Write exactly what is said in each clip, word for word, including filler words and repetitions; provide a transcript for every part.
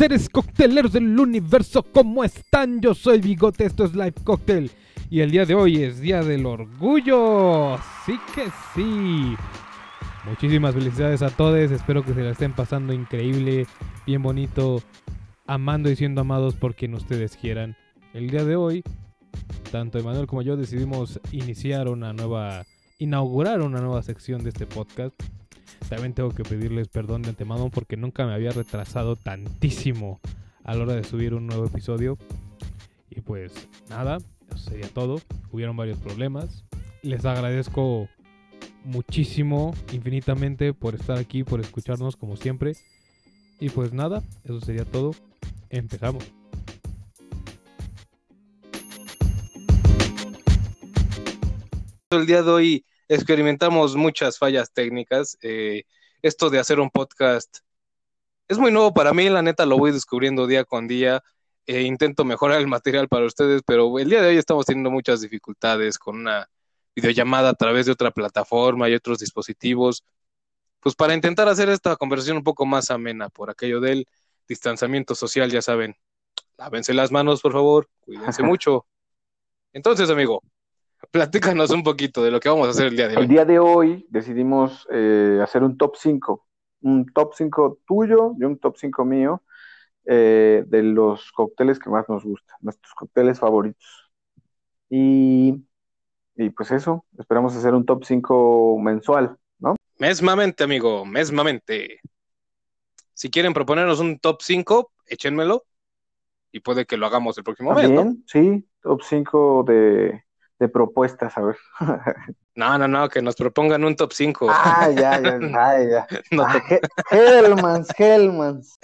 seres cocteleros del universo, ¿cómo están? Yo soy Bigote, esto es Live Cocktail y el día de hoy es Día del Orgullo, sí que sí. Muchísimas felicidades a todos, espero que se la estén pasando increíble, bien bonito, amando y siendo amados por quien ustedes quieran. El día de hoy, tanto Emanuel como yo decidimos iniciar una nueva, inaugurar una nueva sección de este podcast. También tengo que pedirles perdón de antemano porque nunca me había retrasado tantísimo a la hora de subir un nuevo episodio. Y pues nada, eso sería todo. Hubieron varios problemas. Les agradezco muchísimo, infinitamente, por estar aquí, por escucharnos como siempre. Y pues nada, eso sería todo. Empezamos. El día de hoy experimentamos muchas fallas técnicas. Eh, esto de hacer un podcast es muy nuevo para mí, la neta lo voy descubriendo día con día. Eh, intento mejorar el material para ustedes, pero el día de hoy estamos teniendo muchas dificultades con una videollamada a través de otra plataforma y otros dispositivos, pues para intentar hacer esta conversación un poco más amena por aquello del distanciamiento social, ya saben. Lávense las manos, por favor, cuídense mucho. Entonces, amigo, platícanos un poquito de lo que vamos a hacer el día de hoy. El día de hoy decidimos eh, hacer un top cinco, un top cinco tuyo y un top cinco mío eh, de los cócteles que más nos gustan, nuestros cócteles favoritos. Y, y pues eso, esperamos hacer un top cinco mensual, ¿no? Mesmamente, amigo, mesmamente. Si quieren proponernos un top cinco, échenmelo y puede que lo hagamos el próximo mes, ¿no? También, sí, top cinco de, de propuestas, a ver. No, no, no, que nos propongan un top cinco. Ah, ya, ya, ay, ya. No Ah, te- He- Hellmans, Hellmans.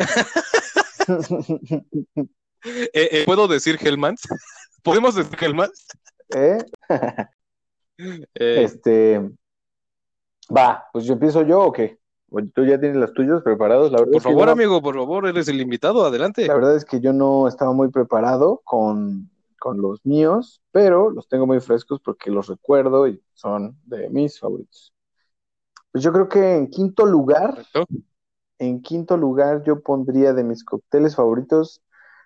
Eh, eh, ¿Puedo decir Hellmans? ¿Podemos decir Hellmans? ¿Eh? Eh, Este, va, pues yo empiezo yo o qué? ¿O tú ya tienes los tuyos preparados? La verdad por es que yo favor, no, amigo, por favor, eres el invitado, adelante. la verdad es que yo no estaba muy preparado con, con los míos, pero los tengo muy frescos porque los recuerdo y son de mis favoritos. Pues yo creo que en quinto lugar, Perfecto. en quinto lugar yo pondría de mis cócteles favoritos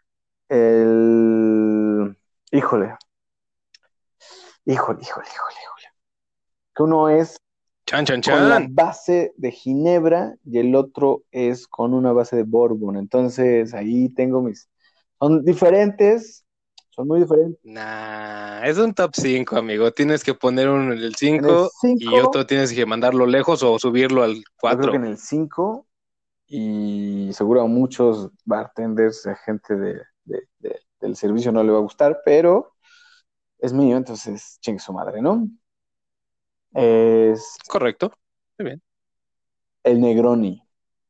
el... Híjole, híjole, híjole, híjole, híjole. Que uno es Chan, chan, con la chan. base de Ginebra y el otro es con una base de Bourbon. Entonces ahí tengo mis... Son diferentes, son muy diferentes. Nah, es un top cinco, amigo. Tienes que poner uno en el En el cinco y cinco, otro tienes que mandarlo lejos o subirlo al yo creo cuatro. que en el cinco y seguro a muchos bartenders, a gente de, de- de- del servicio no le va a gustar, pero es mío, entonces chingue su madre, ¿no? Es Correcto. Muy bien. el Negroni.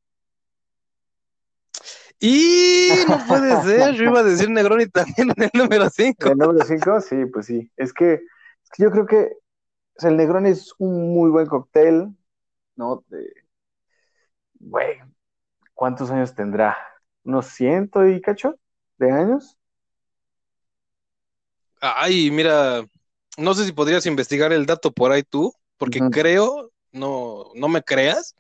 Y no puede ser, yo iba a decir Negroni también en el número En cinco. el número cinco, sí, pues sí. Es que, es que yo creo que o sea, el Negroni es un muy buen cóctel, ¿no? De, güey, ¿cuántos años tendrá? ¿Unos ciento y cacho de años? Ay, mira, no sé si podrías investigar el dato por ahí tú, porque Ujú. creo, no, no me creas,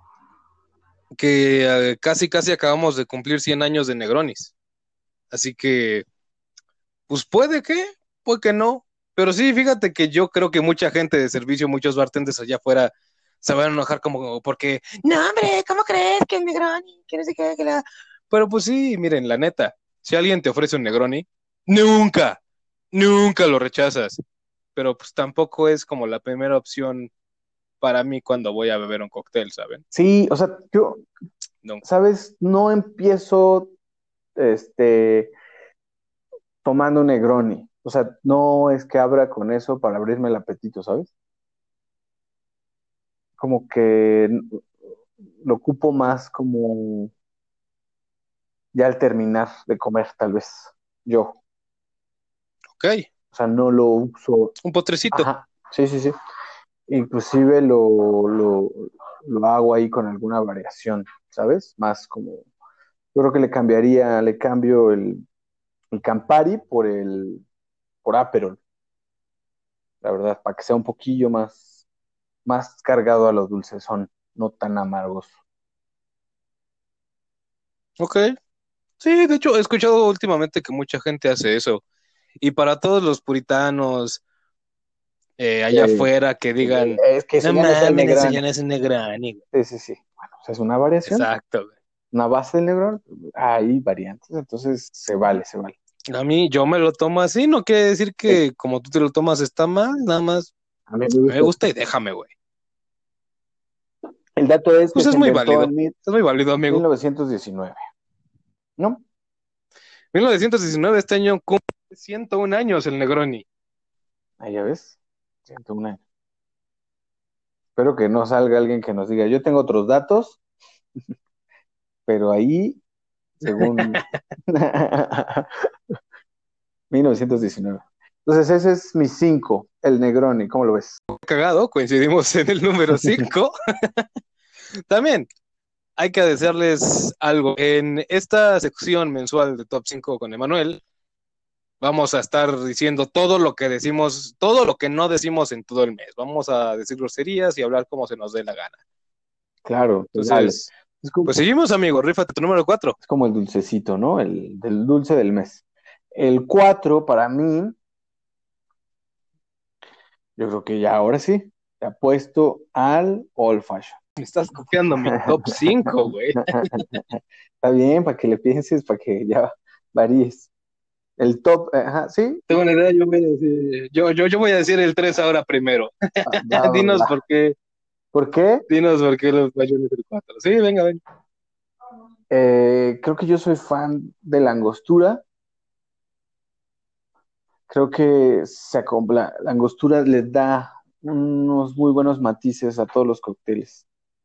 que eh, casi casi acabamos de cumplir cien años de Negronis. Así que, pues puede que, puede que no. Pero sí, fíjate que yo creo que mucha gente de servicio, muchos bartenders allá afuera se van a enojar como porque, no, hombre, ¿cómo crees que el Negroni? Que no sé qué, que la... Pero pues sí, miren, la neta, si alguien te ofrece un Negroni, nunca, nunca lo rechazas. Pero pues tampoco es como la primera opción para mí cuando voy a beber un cóctel, ¿saben? Sí, o sea, yo, No. ¿sabes? No empiezo, este, tomando un Negroni. O sea, no es que abra con eso para abrirme el apetito, ¿sabes? Como que lo ocupo más como ya al terminar de comer, tal vez, yo. Ok, O sea, no lo uso. un potrecito. Ajá, sí, sí, sí. Inclusive lo, lo, lo hago ahí con alguna variación, ¿sabes? Más como, yo creo que le cambiaría, le cambio el, el Campari por el, por Aperol, la verdad, para que sea un poquillo más, más cargado a los dulcezón, no tan amargos. Ok, Sí, de hecho, he escuchado últimamente que mucha gente hace eso. Y para todos los puritanos eh, allá Eh, afuera que digan, es que eso no ya no es el mames, eso Negroni. ya no es un Negroni, güey. Sí, sí, sí. Bueno, o sea, es una variación, Exacto, güey. una base del Negroni. Hay variantes, entonces se vale, se vale. A mí, yo me lo tomo así, no quiere decir Sí, que como tú te lo tomas está mal, nada más a mí me me gusta. gusta y déjame, güey. El dato es que Pues se es muy inventó válido, en mil- es muy válido, amigo. 1919, ¿no? mil novecientos diecinueve, este año cumple ciento un años el Negroni. Ahí ya ves, ciento un años. Espero que no salga alguien que nos diga, yo tengo otros datos, pero ahí, según mil novecientos diecinueve. Entonces ese es mi cinco, el Negroni, ¿cómo lo ves? Cagado, coincidimos en el número cinco. También hay que desearles algo. En esta sección mensual de Top cinco con Emanuel, vamos a estar diciendo todo lo que decimos, todo lo que no decimos en todo el mes. Vamos a decir groserías y hablar como se nos dé la gana. Claro, se vale. Entonces, Es como, pues seguimos, amigo. Rífate tu número cuatro. es como el dulcecito, ¿no? El del dulce del mes. El cuatro para mí, yo creo que ya ahora sí, te apuesto al old fashion. Me estás copiando mi top cinco, güey. Está bien, para que le pienses, para que ya varíes. El top, eh, ajá, sí, Tengo una idea, yo voy a decir, yo, yo, yo voy a decir el tres ahora primero. va, va, va, Dinos va. por qué, ¿Por qué? dinos por qué los Bayones el cuatro. Sí, venga, venga. Eh, creo que yo soy fan de la angostura. Creo que se acompla, la angostura le da unos muy buenos matices a todos los cócteles.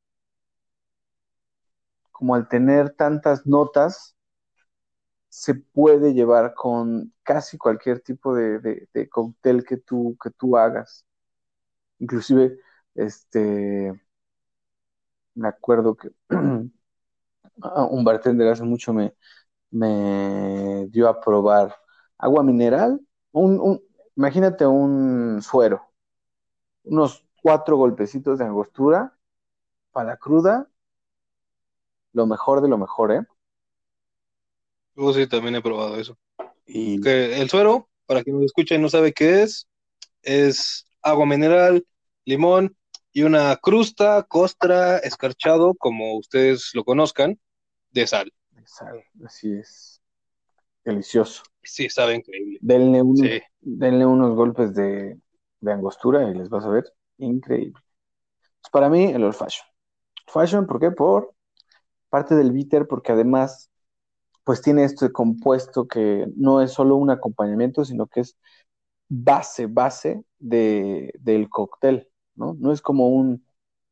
Como al tener tantas notas, se puede llevar con casi cualquier tipo de, de- de cóctel que tú, que tú hagas. Inclusive, este, me acuerdo que un bartender hace mucho me, me dio a probar agua mineral, un, un- imagínate un suero, unos cuatro golpecitos de angostura para cruda, lo mejor de lo mejor, ¿eh? Yo sí también he probado eso. Y Que el suero, para quien nos escucha y no sabe qué es, es agua mineral, limón y una crusta, costra, escarchado, como ustedes lo conozcan, de sal. sal, así es, delicioso. Sí, sabe increíble. Denle unos, Sí. denle unos golpes de, de angostura y les vas a ver increíble. Pues para mí, el old fashion. Fashion, ¿por qué? Por parte del bitter, porque además, pues tiene este compuesto que no es solo un acompañamiento, sino que es base, base de, del cóctel, ¿no? No es como un,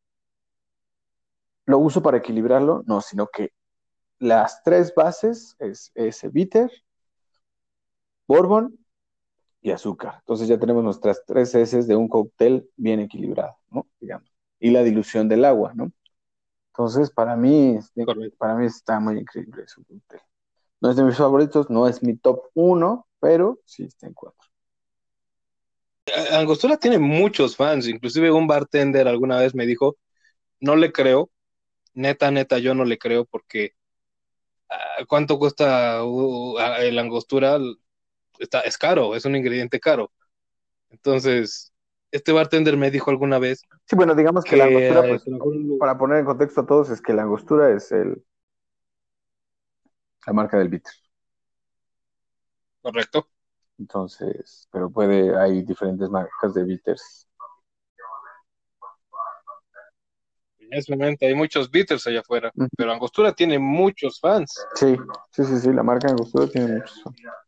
lo uso para equilibrarlo, no, sino que las tres bases es ese bitter, bourbon y azúcar. Entonces ya tenemos nuestras tres heces de un cóctel bien equilibrado, ¿no? Digamos. Y la dilución del agua, ¿no? Entonces, para mí, este, Correcto. para mí está muy increíble ese cóctel. No es de mis favoritos, no es mi top uno, pero sí está en cuatro. Angostura tiene muchos fans, inclusive un bartender alguna vez me dijo, no le creo, neta, neta, yo no le creo porque ah, ¿cuánto cuesta uh, ah, el angostura? Está, es caro, es un ingrediente caro. Entonces, este bartender me dijo alguna vez Sí, bueno, digamos que la angostura, que eh, pues, trabajó en un lugar- para poner en contexto a todos, es que la angostura es el, la marca del bitter. correcto. Entonces, pero puede, hay diferentes marcas de bitters. Obviamente hay muchos bitters allá afuera, Ujú. pero Angostura tiene muchos fans. Sí, sí, sí, sí, la marca angostura tiene muchos.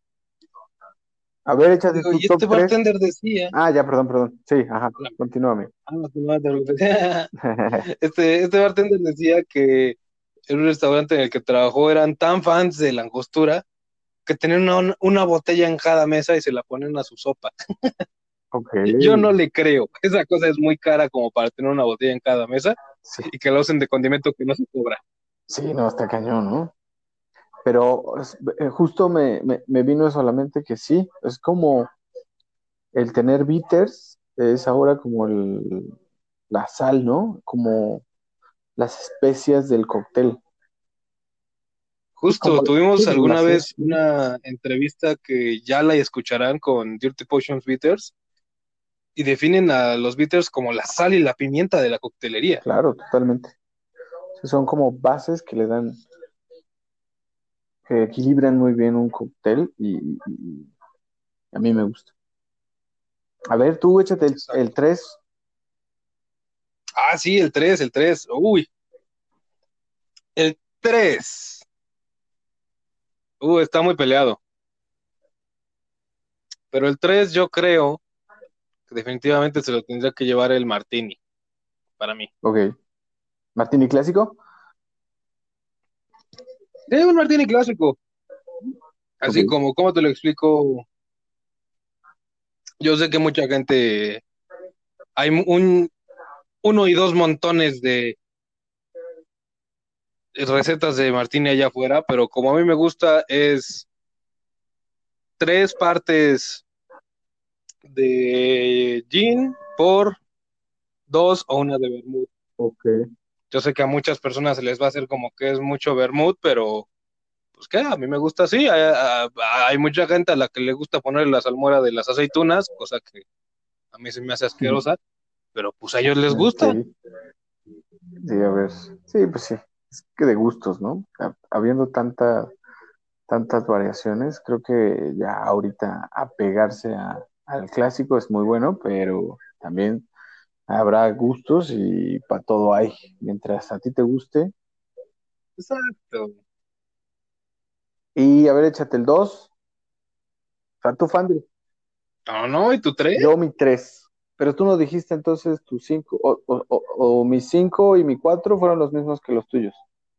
A ver, échate Digo, tu y top este tres. bartender decía, Ah, ya, perdón, perdón. Sí, ajá, continúame. ah, no, no, no, no. este, este bartender decía que en un restaurante en el que trabajó eran tan fans de la Angostura que tenían una, una botella en cada mesa y se la ponen a su sopa. Ok, Yo no le creo, esa cosa es muy cara como para tener una botella en cada mesa sí, y que lo usen de condimento que no se cobra. sí, no, está cañón, ¿no? Pero es- eh, justo me, me, me vino solamente que sí, es como el tener bitters, es ahora como el, la sal, ¿no? Como las especias del cóctel. Justo, como, tuvimos sí, como la alguna sed. vez una entrevista que ya la escucharán con Dirty Potions Bitters y definen a los bitters como la sal y la pimienta de la coctelería. Claro, totalmente. O sea, son como bases que le dan, que equilibran muy bien un cóctel y, y- y a mí me gusta. A ver, tú échate el, Exacto. el tres. Ah, sí, el tres, el tres. Uy, el tres. Uh, está muy peleado. Pero el tres yo creo que definitivamente se lo tendría que llevar el Martini, para mí. Ok. Martini clásico. Sí, un Martini clásico. Ok. Así como, ¿cómo te lo explico? Yo sé que mucha gente, hay un, uno y dos montones de recetas de Martini allá afuera, pero como a mí me gusta es tres partes de gin por dos o una de vermouth. Ok. Yo sé que a muchas personas se les va a hacer como que es mucho vermouth, pero pues qué, a mí me gusta así. Hay, a- a- hay mucha gente a la que le gusta poner la salmuera de las aceitunas, cosa que a mí se me hace asquerosa, pero pues a ellos les gusta. Ok. Sí, a ver. Sí, pues sí. Es que de gustos, ¿no? Ha- Habiendo tanta, tantas variaciones, creo que ya ahorita apegarse a, al clásico es muy bueno, pero también habrá gustos y para todo hay. Mientras a ti te guste. Exacto. Y a ver, échate el dos. O sea, tu fan del. No, no, ¿y tu tres? Yo mi tres. Pero tú no dijiste entonces tu cinco. O, o, o, o mi cinco y mi cuatro fueron los mismos que los tuyos.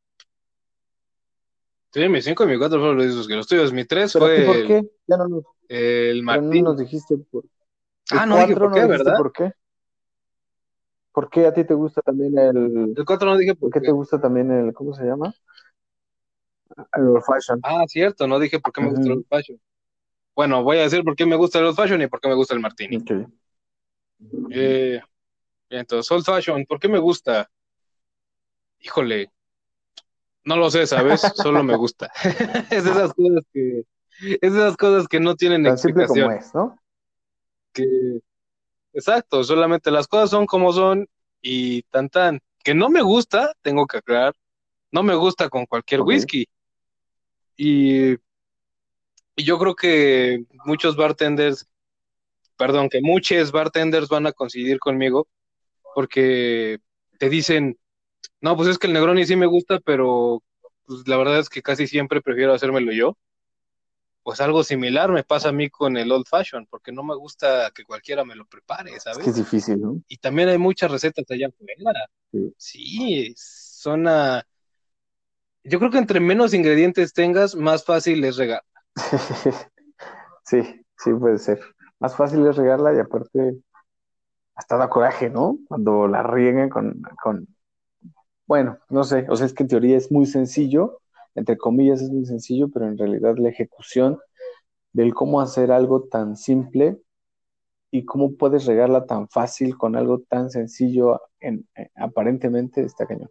Sí, mi cinco y mi cuatro fueron los mismos que los tuyos. Mi tres Pero a ti, fue ¿por el, qué? Ya no nos, el pero no nos Martini. dijiste por. El Ah, no dije cuatro por no qué, dijiste ¿verdad? por qué. ¿Por qué a ti te gusta también el. El cuatro no dije ¿Por por qué te qué. gusta también el. ¿Cómo se llama? El old fashion. Ah, cierto, no dije por qué me gusta el Ujú. old fashion. Bueno, voy a decir por qué me gusta el old fashion y por qué me gusta el Martini. Ok. Eh, entonces, old fashion, ¿por qué me gusta? Híjole, no lo sé, ¿sabes? Solo me gusta. Es de esas cosas que, es de esas cosas que no tienen Tan simple como explicación. es, ¿no? Que, exacto, solamente las cosas son como son y tan tan. Que no me gusta, tengo que aclarar, no me gusta con cualquier Ok. whisky. Y, y yo creo que muchos bartenders, perdón, que muchos bartenders van a coincidir conmigo porque te dicen, no, pues es que el Negroni sí me gusta, pero pues, la verdad es que casi siempre prefiero hacérmelo yo. Pues algo similar me pasa a mí con el Old Fashion, porque no me gusta que cualquiera me lo prepare, Es que es ¿sabes? difícil, ¿no? Y también hay muchas recetas allá afuera. Sí. Sí, son a... Yo creo que entre menos ingredientes tengas, más fácil es regar. Sí, sí puede ser. Más fácil es regarla y aparte hasta da coraje, ¿no? Cuando la rieguen con, con, bueno, no sé, o sea, es que en teoría es muy sencillo, entre comillas es muy sencillo, pero en realidad la ejecución del cómo hacer algo tan simple y cómo puedes regarla tan fácil con algo tan sencillo en, eh, aparentemente está cañón.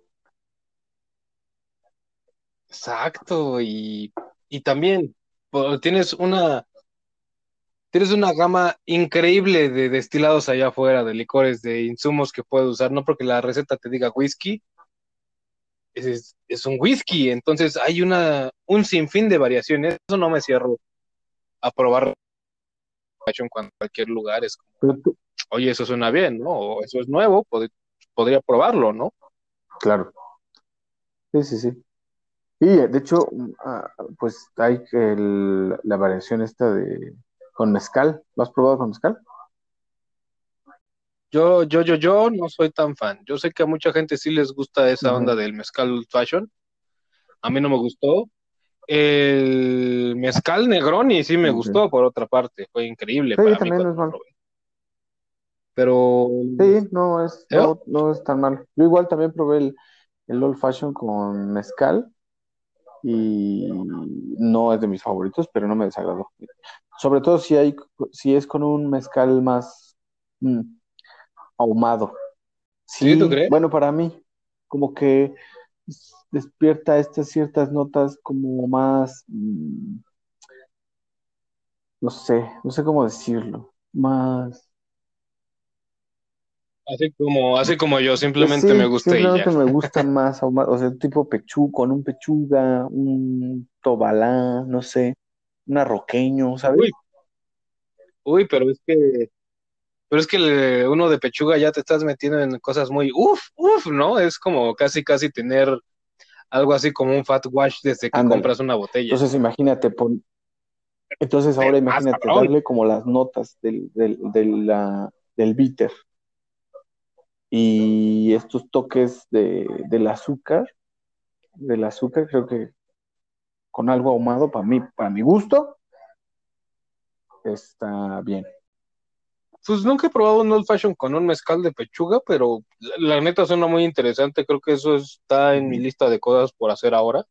Exacto, y, y también pues, tienes una, tienes una gama increíble de destilados allá afuera, de licores, de insumos que puedes usar, no porque la receta te diga whisky, es, es, es un whisky, entonces hay una, un sinfín de variaciones, eso no me cierro a probar en cualquier lugar, es como, Pero tú, oye, eso suena bien, ¿no? O eso es nuevo, pod- podría probarlo, ¿no? claro, sí, sí, sí. Y eh, de hecho, mm, ah, pues hay el- la variación esta de con mezcal. ¿Lo has probado con mezcal? Yo, yo, yo, yo no soy tan fan. Yo sé que a mucha gente sí les gusta esa onda Ujú. del mezcal old fashion. A mí no me gustó. El mezcal Negroni sí me Ok. gustó, por otra parte. Fue increíble Sí, para mí también no cuando es lo malo. probé. Pero, Sí, no es, ¿eh? no, no es tan mal. Yo igual también probé el, el Old Fashion con mezcal y no es de mis favoritos, pero no me desagradó. Sobre todo si hay, si es con un mezcal más mm, ahumado. ¿Sí, tú Sí, crees? bueno, para mí, como que es- despierta estas ciertas notas como más, mm, no sé, no sé cómo decirlo, más, Así como, así como yo, pues simplemente me sí, gusta y ya. simplemente me gusta más, ahuma- o sea, tipo pechuga, con un pechuga, un tobalá, no sé, un arroqueño, ¿sabes? Uy, uy, pero es que, pero es que le- uno de pechuga ya te estás metiendo en cosas muy, uff, uff, ¿no? Es como casi, casi tener algo así como un fat wash desde que Ándale. compras una botella. Entonces imagínate, pon- entonces Pero ahora más imagínate cabrón. darle como las notas del, del, del, la- del bitter y estos toques de, del azúcar, del azúcar, creo que con algo ahumado para mí, para mi gusto, está bien. Pues nunca he probado un old fashion con un mezcal de pechuga, pero la, la neta suena muy interesante. Creo que eso está en mi Ujú, lista de cosas por hacer ahora.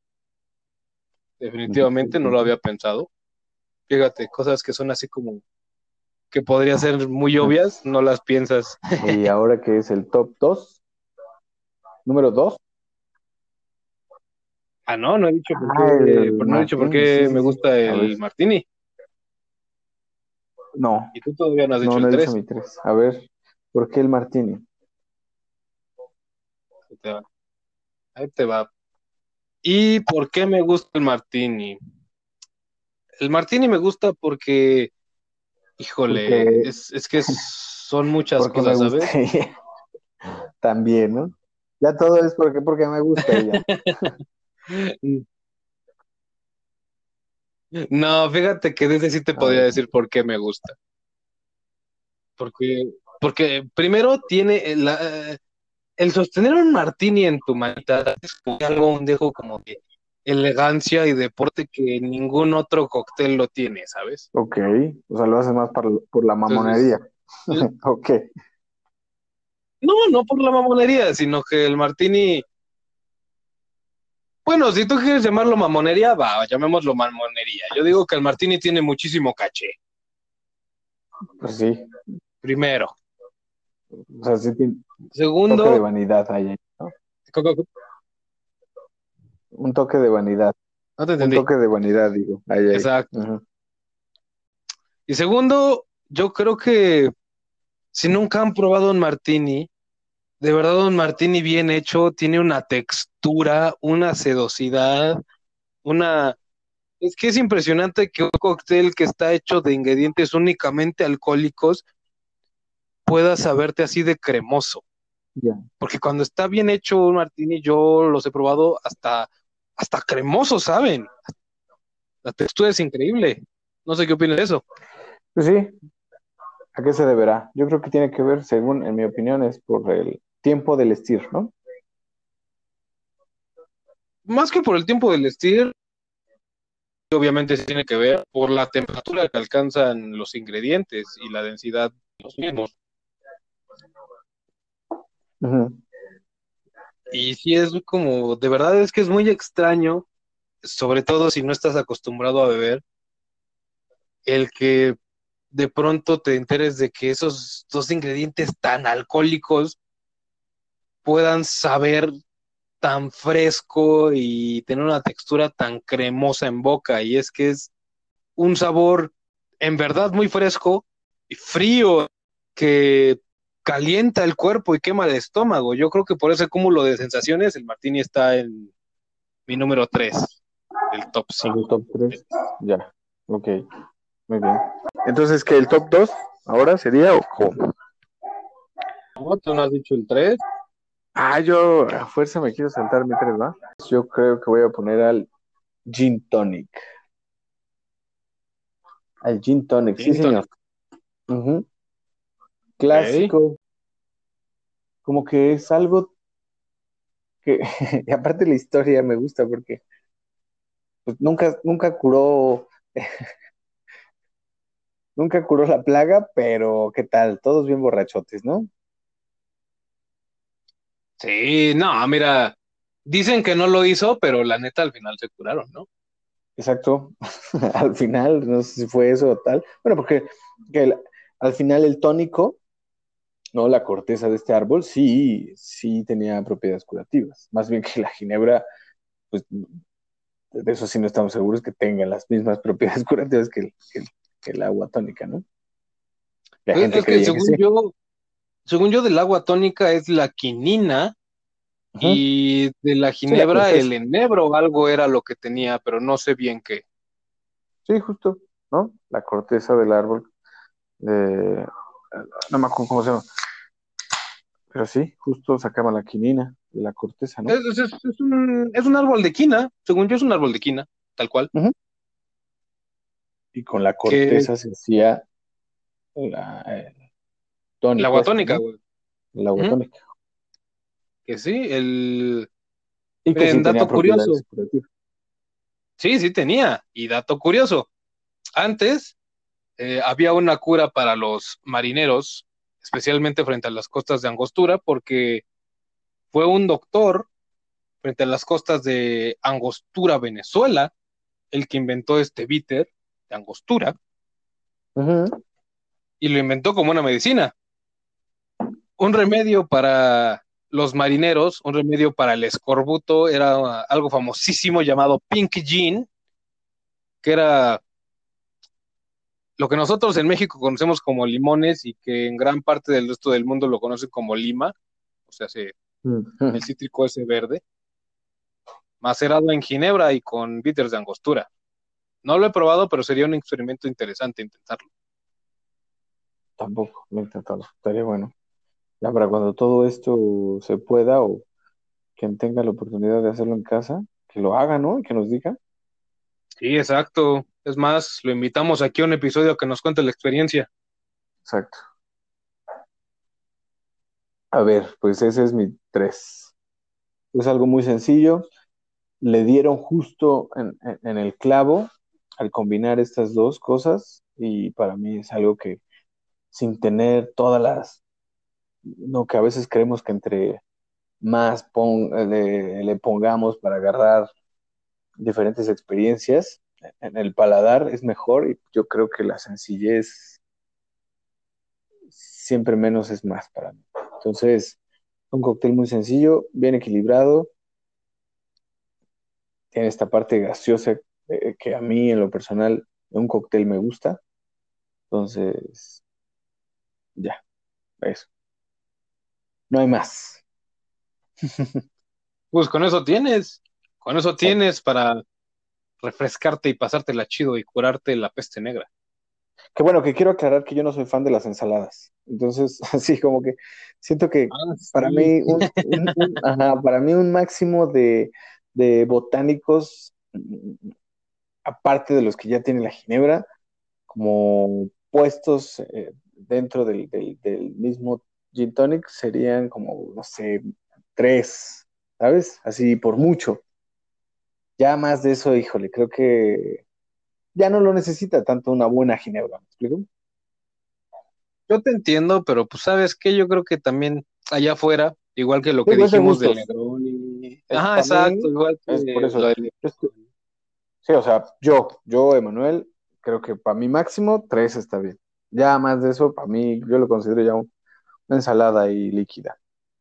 ujú, Definitivamente no lo ujú. había pensado. Fíjate, cosas que son así como que podrían ser muy Ajá. obvias, no las piensas. Y ahora que es el top dos, número dos. Ah, no, no he dicho por Ah, qué, el por- no he dicho por Martini, sí, qué sí, me sí. gusta A ver, el martini. no, Y tú todavía no has no, dicho no el he dicho tres. mi tres. A ver, ¿por qué el Martini? Ahí te va. Ahí te va. ¿Y por qué me gusta el martini? El martini me gusta porque, híjole, Porque, es, es que son muchas porque me cosas, gusta ¿sabes? ella también, ¿no? Ya todo es porque, porque me gusta ella. No, fíjate que desde sí te A podría ver, decir por qué me gusta. Porque, porque primero tiene el, la- el sostener un martini en tu manita es como algo, un dejo como de elegancia y deporte que ningún otro cóctel lo tiene, ¿sabes? ok, o sea, lo haces más para- por la mamonería. Entonces, el- Ok, no, no por la mamonería, sino que el martini, bueno, si tú quieres llamarlo mamonería, va, llamémoslo mamonería. Yo digo que el martini tiene muchísimo caché. pues sí, Primero. o sea, sí tiene un toque de Segundo, vanidad ahí, ¿no? co- co- Un toque de vanidad, no te un entendí. toque de vanidad, digo, ahí, ahí. Exacto. Ujú. Y segundo, yo creo que si nunca han probado un martini, de verdad un martini bien hecho tiene una textura, una sedosidad, una... Es que es impresionante que un cóctel que está hecho de ingredientes únicamente alcohólicos pueda saberte así de cremoso. Ya. Porque cuando está bien hecho un martini, yo los he probado hasta, hasta cremoso, ¿saben? La textura es increíble. No sé qué opinas de eso. Pues sí, ¿a qué se deberá? Yo creo que tiene que ver, según, en mi opinión, es por el tiempo del estir, ¿no? Más que por el tiempo del estilo, obviamente sí tiene que ver por la temperatura que alcanzan los ingredientes y la densidad de los mismos. Ujú. Y sí es como, de verdad es que es muy extraño, sobre todo si no estás acostumbrado a beber, el que de pronto te enteres de que esos dos ingredientes tan alcohólicos puedan saber tan fresco y tener una textura tan cremosa en boca. Y es que es un sabor en verdad muy fresco y frío que calienta el cuerpo y quema el estómago. Yo creo que por ese cúmulo de sensaciones el martini está en mi número tres del top En tu cinco. top tres, ya, ok, muy bien. Entonces, ¿qué, el top dos ahora sería o cómo? ¿No? ¿Tú no has dicho el tres? Ah, yo a fuerza me quiero saltar mi tres, ¿va? Yo creo que voy a poner al Gin Tonic. Al Gin Tonic, sí, Gin señor. tonic. Ujú. Ok. Clásico, como que es algo que, y aparte la historia me gusta porque pues, nunca, nunca curó, nunca curó la plaga, pero ¿qué tal? Todos bien borrachotes, ¿no? Sí, no, mira, dicen que no lo hizo, pero la neta al final se curaron, ¿no? Exacto. Al final, no sé si fue eso o tal. Bueno, porque que el- al final el tónico No, la corteza de este árbol sí, sí tenía propiedades curativas. Más bien que la ginebra, pues de eso sí no estamos seguros que tenga las mismas propiedades curativas que el, que el- que el agua tónica, ¿no? La Es, gente es que creía que sí. según yo, según yo del agua tónica es la quinina Ujú. y de la Sí, la ginebra el corteza. enebro algo era lo que tenía, pero no sé bien qué. Sí, justo, ¿no? La corteza del árbol. De, no me acuerdo cómo se llama, pero sí, justo sacaban la quinina de la corteza, ¿no? Es, es- es un, es un árbol de quina, según yo es un árbol de quina, tal cual. Ujú. Y con la Que corteza se hacía la, el el tónico agua este, tónica, ¿no? güey. El agua Ujú. tónica. Que sí, el... Y que sí Miren, tenía dato propiedades curioso. curativas. Sí, sí tenía. Y dato curioso. Antes eh, había una cura para los marineros, especialmente frente a las costas de Angostura, porque fue un doctor frente a las costas de Angostura, Venezuela, el que inventó este bitter de Angostura, Ujú. y lo inventó como una medicina. Un remedio para los marineros, un remedio para el escorbuto, era algo famosísimo llamado Pink Gin, que era lo que nosotros en México conocemos como limones y que en gran parte del resto del mundo lo conocen como lima, o sea, se- Ujú. el cítrico ese verde, macerado en ginebra y con bitters de angostura. No lo he probado, pero sería un experimento interesante intentarlo. Tampoco lo he intentado. Estaría bueno. Ya para cuando todo esto se pueda o quien tenga la oportunidad de hacerlo en casa, que lo haga, ¿no? Y que nos diga. Sí, exacto. Es más, lo invitamos aquí a un episodio que nos cuente la experiencia. Exacto. A ver, pues ese es mi tres. Es algo muy sencillo. Le dieron justo en, en- en el clavo al combinar estas dos cosas y para mí es algo que sin tener todas las, no, que a veces creemos que entre más pon- le, le pongamos para agarrar diferentes experiencias en el paladar es mejor y yo creo que la sencillez siempre menos es más para mí. Entonces, un cóctel muy sencillo, bien equilibrado, tiene esta parte gaseosa eh, que a mí en lo personal un cóctel me gusta. Entonces, ya, eso. No hay más. Pues con eso tienes, con eso Exacto. tienes para refrescarte y pasártela chido y curarte la peste negra. Que bueno, que quiero aclarar que yo no soy fan de las ensaladas. Entonces, así como que siento que Ah, para sí. mí un, un- un- ajá, para mí un máximo de, de botánicos, mm, aparte de los que ya tiene la Ginebra, como puestos eh, dentro del, del- del mismo Gin Tonic, serían como, no sé, tres, ¿sabes? Así por mucho. Ya más de eso, híjole, creo que ya no lo necesita tanto una buena Ginebra, ¿me explico? Yo te entiendo, pero pues sabes que yo creo que también allá afuera, igual que lo que Digo, es de dijimos del gustos. Negroni. Es Ajá, para exacto, mí, igual es por que lo eso. del Yo estoy- sí, o sea, yo, yo, Emanuel, creo que para mí máximo tres está bien. Ya más de eso, para mí, yo lo considero ya un- una ensalada ahí líquida.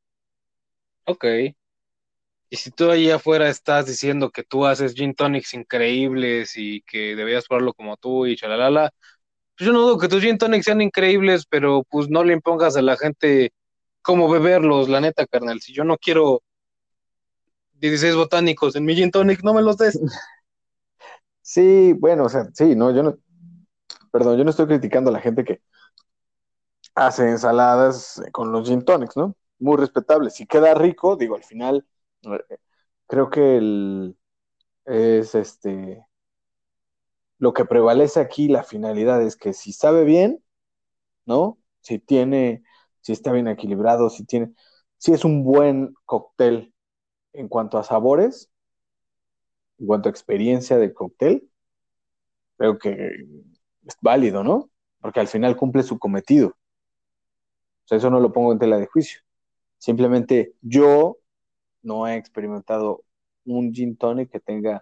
Ok. Y si tú allá afuera estás diciendo que tú haces gin tonics increíbles y que deberías probarlo como tú y chalalala, pues yo no dudo que tus gin tonics sean increíbles, pero pues no le impongas a la gente cómo beberlos, la neta, carnal. Si yo no quiero dieciséis botánicos en mi gin tonic, no me los des. Sí, bueno, o sea, sí, no, yo no, perdón, yo no estoy criticando a la gente que hace ensaladas con los gin tonics, ¿no? Muy respetable. Si queda rico, digo, al final, eh, creo que el, es este, lo que prevalece aquí, la finalidad es que si sabe bien, ¿no? Si tiene, si está bien equilibrado, si tiene, si es un buen cóctel en cuanto a sabores, en cuanto a experiencia de cóctel, creo que es válido, ¿no? Porque al final cumple su cometido. O sea, eso no lo pongo en tela de juicio. Simplemente yo no he experimentado un gin tonic que tenga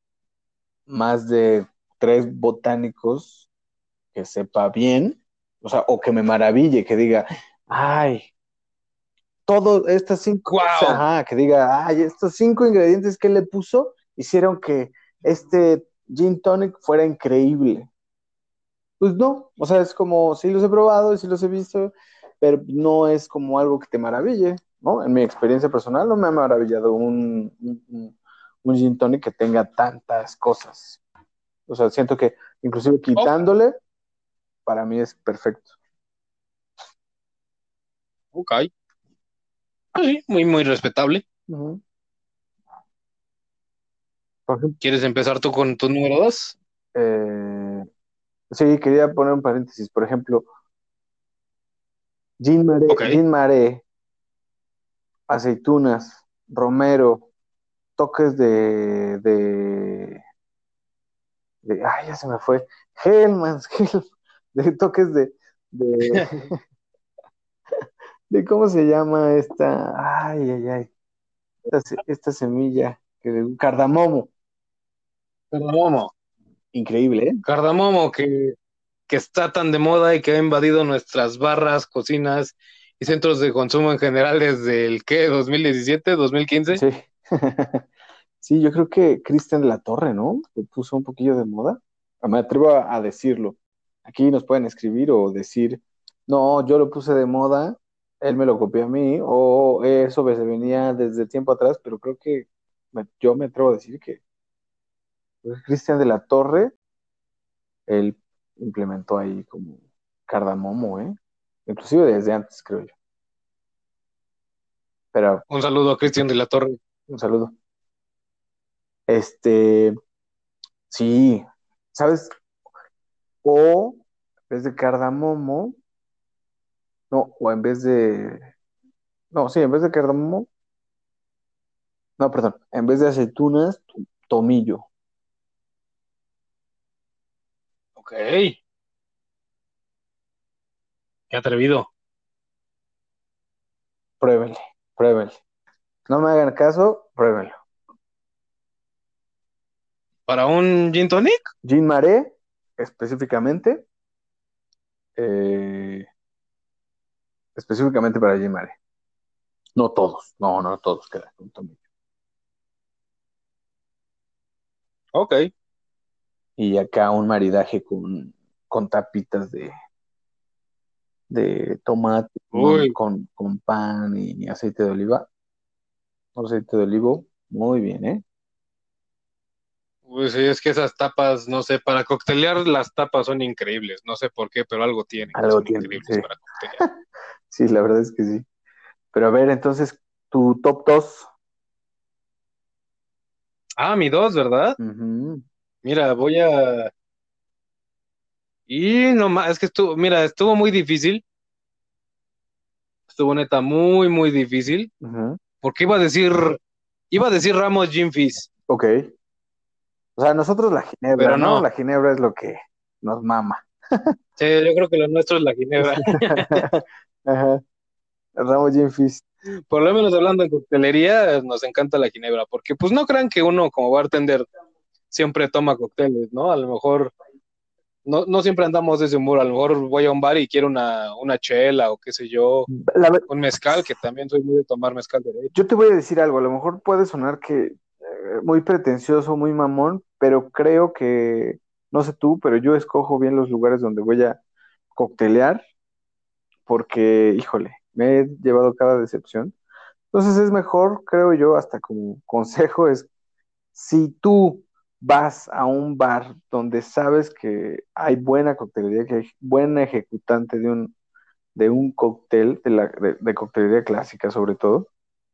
más de tres botánicos que sepa bien, o sea, o que me maraville, que diga, Ay, todo, estas cinco, ¡Wow! ajá, que diga, ay, estos cinco ingredientes que le puso hicieron que este gin tonic fuera increíble. Pues no, o sea, es como, sí los he probado y sí los he visto, pero no es como algo que te maraville, ¿no? En mi experiencia personal no me ha maravillado un, un, un gin tonic que tenga tantas cosas. O sea, siento que inclusive Ok, quitándole, para mí es perfecto. ok. Pues sí, muy, muy respetable. Ujú. Por ejemplo, ¿Quieres empezar tú con tu número dos? eh, sí, quería poner un paréntesis. Por ejemplo, gin mare, Ok. gin mare, aceitunas, romero, toques de, de, de- ay, ya se me fue, Hellmann's, Hell, de toques de, de, de, ¿cómo se llama esta? Ay, ay, ay, esta, se- esta semilla, que, cardamomo, Cardamomo. increíble, ¿eh? Cardamomo que, que está tan de moda y que ha invadido nuestras barras, cocinas y centros de consumo en general desde el ¿qué? ¿dos mil diecisiete, dos mil quince? Sí. Sí, yo creo que Cristian de la Torre, ¿no? Lo puso un poquillo de moda. Me atrevo a, a decirlo. Aquí nos pueden escribir o decir, no, yo lo puse de moda, él me lo copió a mí, o eso se venía desde tiempo atrás, pero creo que me- yo me atrevo a decir que pues, Cristian de la Torre, él implementó ahí como cardamomo, ¿eh? Inclusive desde antes, creo yo. Pero Un saludo a Cristian de la Torre. un saludo. Este, sí, ¿sabes? O en vez de cardamomo, no, o en vez de, no, sí, en vez de cardamomo, no, perdón, en vez de aceitunas, to- tomillo. Ok, qué atrevido. Pruébele, pruébele. No me hagan caso, pruébenlo. ¿Para un gin tonic? Gin Mare, específicamente, eh, específicamente para Gin Mare. No todos, no, no todos quedan con tomillo. Ok. Y acá un maridaje con, con tapitas de, de tomate, con, Uy, con, con pan y aceite de oliva. Aceite de olivo, muy bien, ¿eh? uy, sí, es que esas tapas, no sé, para coctelear las tapas son increíbles. No sé por qué, pero algo tienen que Algo son tiene, sí. increíbles para coctelear. Sí, la verdad es que sí. Pero a ver, entonces, tu top dos. Ah, mi dos, ¿verdad? Ujú, Mira, voy a... Y no más, es que estuvo, mira, estuvo muy difícil. Estuvo neta muy, muy difícil. ujú. Porque iba a decir, iba a decir Ramos Gin Fizz, Ok. O sea, nosotros la ginebra, pero ¿no? no. La ginebra es lo que nos mama. Sí, yo creo que lo nuestro es la ginebra. Ajá. Ramos Gin Fizz. Por lo menos hablando en coctelería, nos encanta la ginebra, porque pues no crean que uno como bartender siempre toma cócteles, ¿no? A lo mejor no, no siempre andamos de ese humor, a lo mejor voy a un bar y quiero una, una chela o qué sé yo, La ver- un mezcal, que también soy muy de tomar mezcal derecho. yo te voy a decir algo, a lo mejor puede sonar que eh, muy pretencioso, muy mamón, pero creo que, no sé tú, pero yo escojo bien los lugares donde voy a coctelear, porque, híjole, me he llevado cada decepción. Entonces es mejor, creo yo, hasta como consejo, es si tú vas a un bar donde sabes que hay buena coctelería, que hay buena ejecutante de un, de un cóctel, de, la, de, de coctelería clásica sobre todo,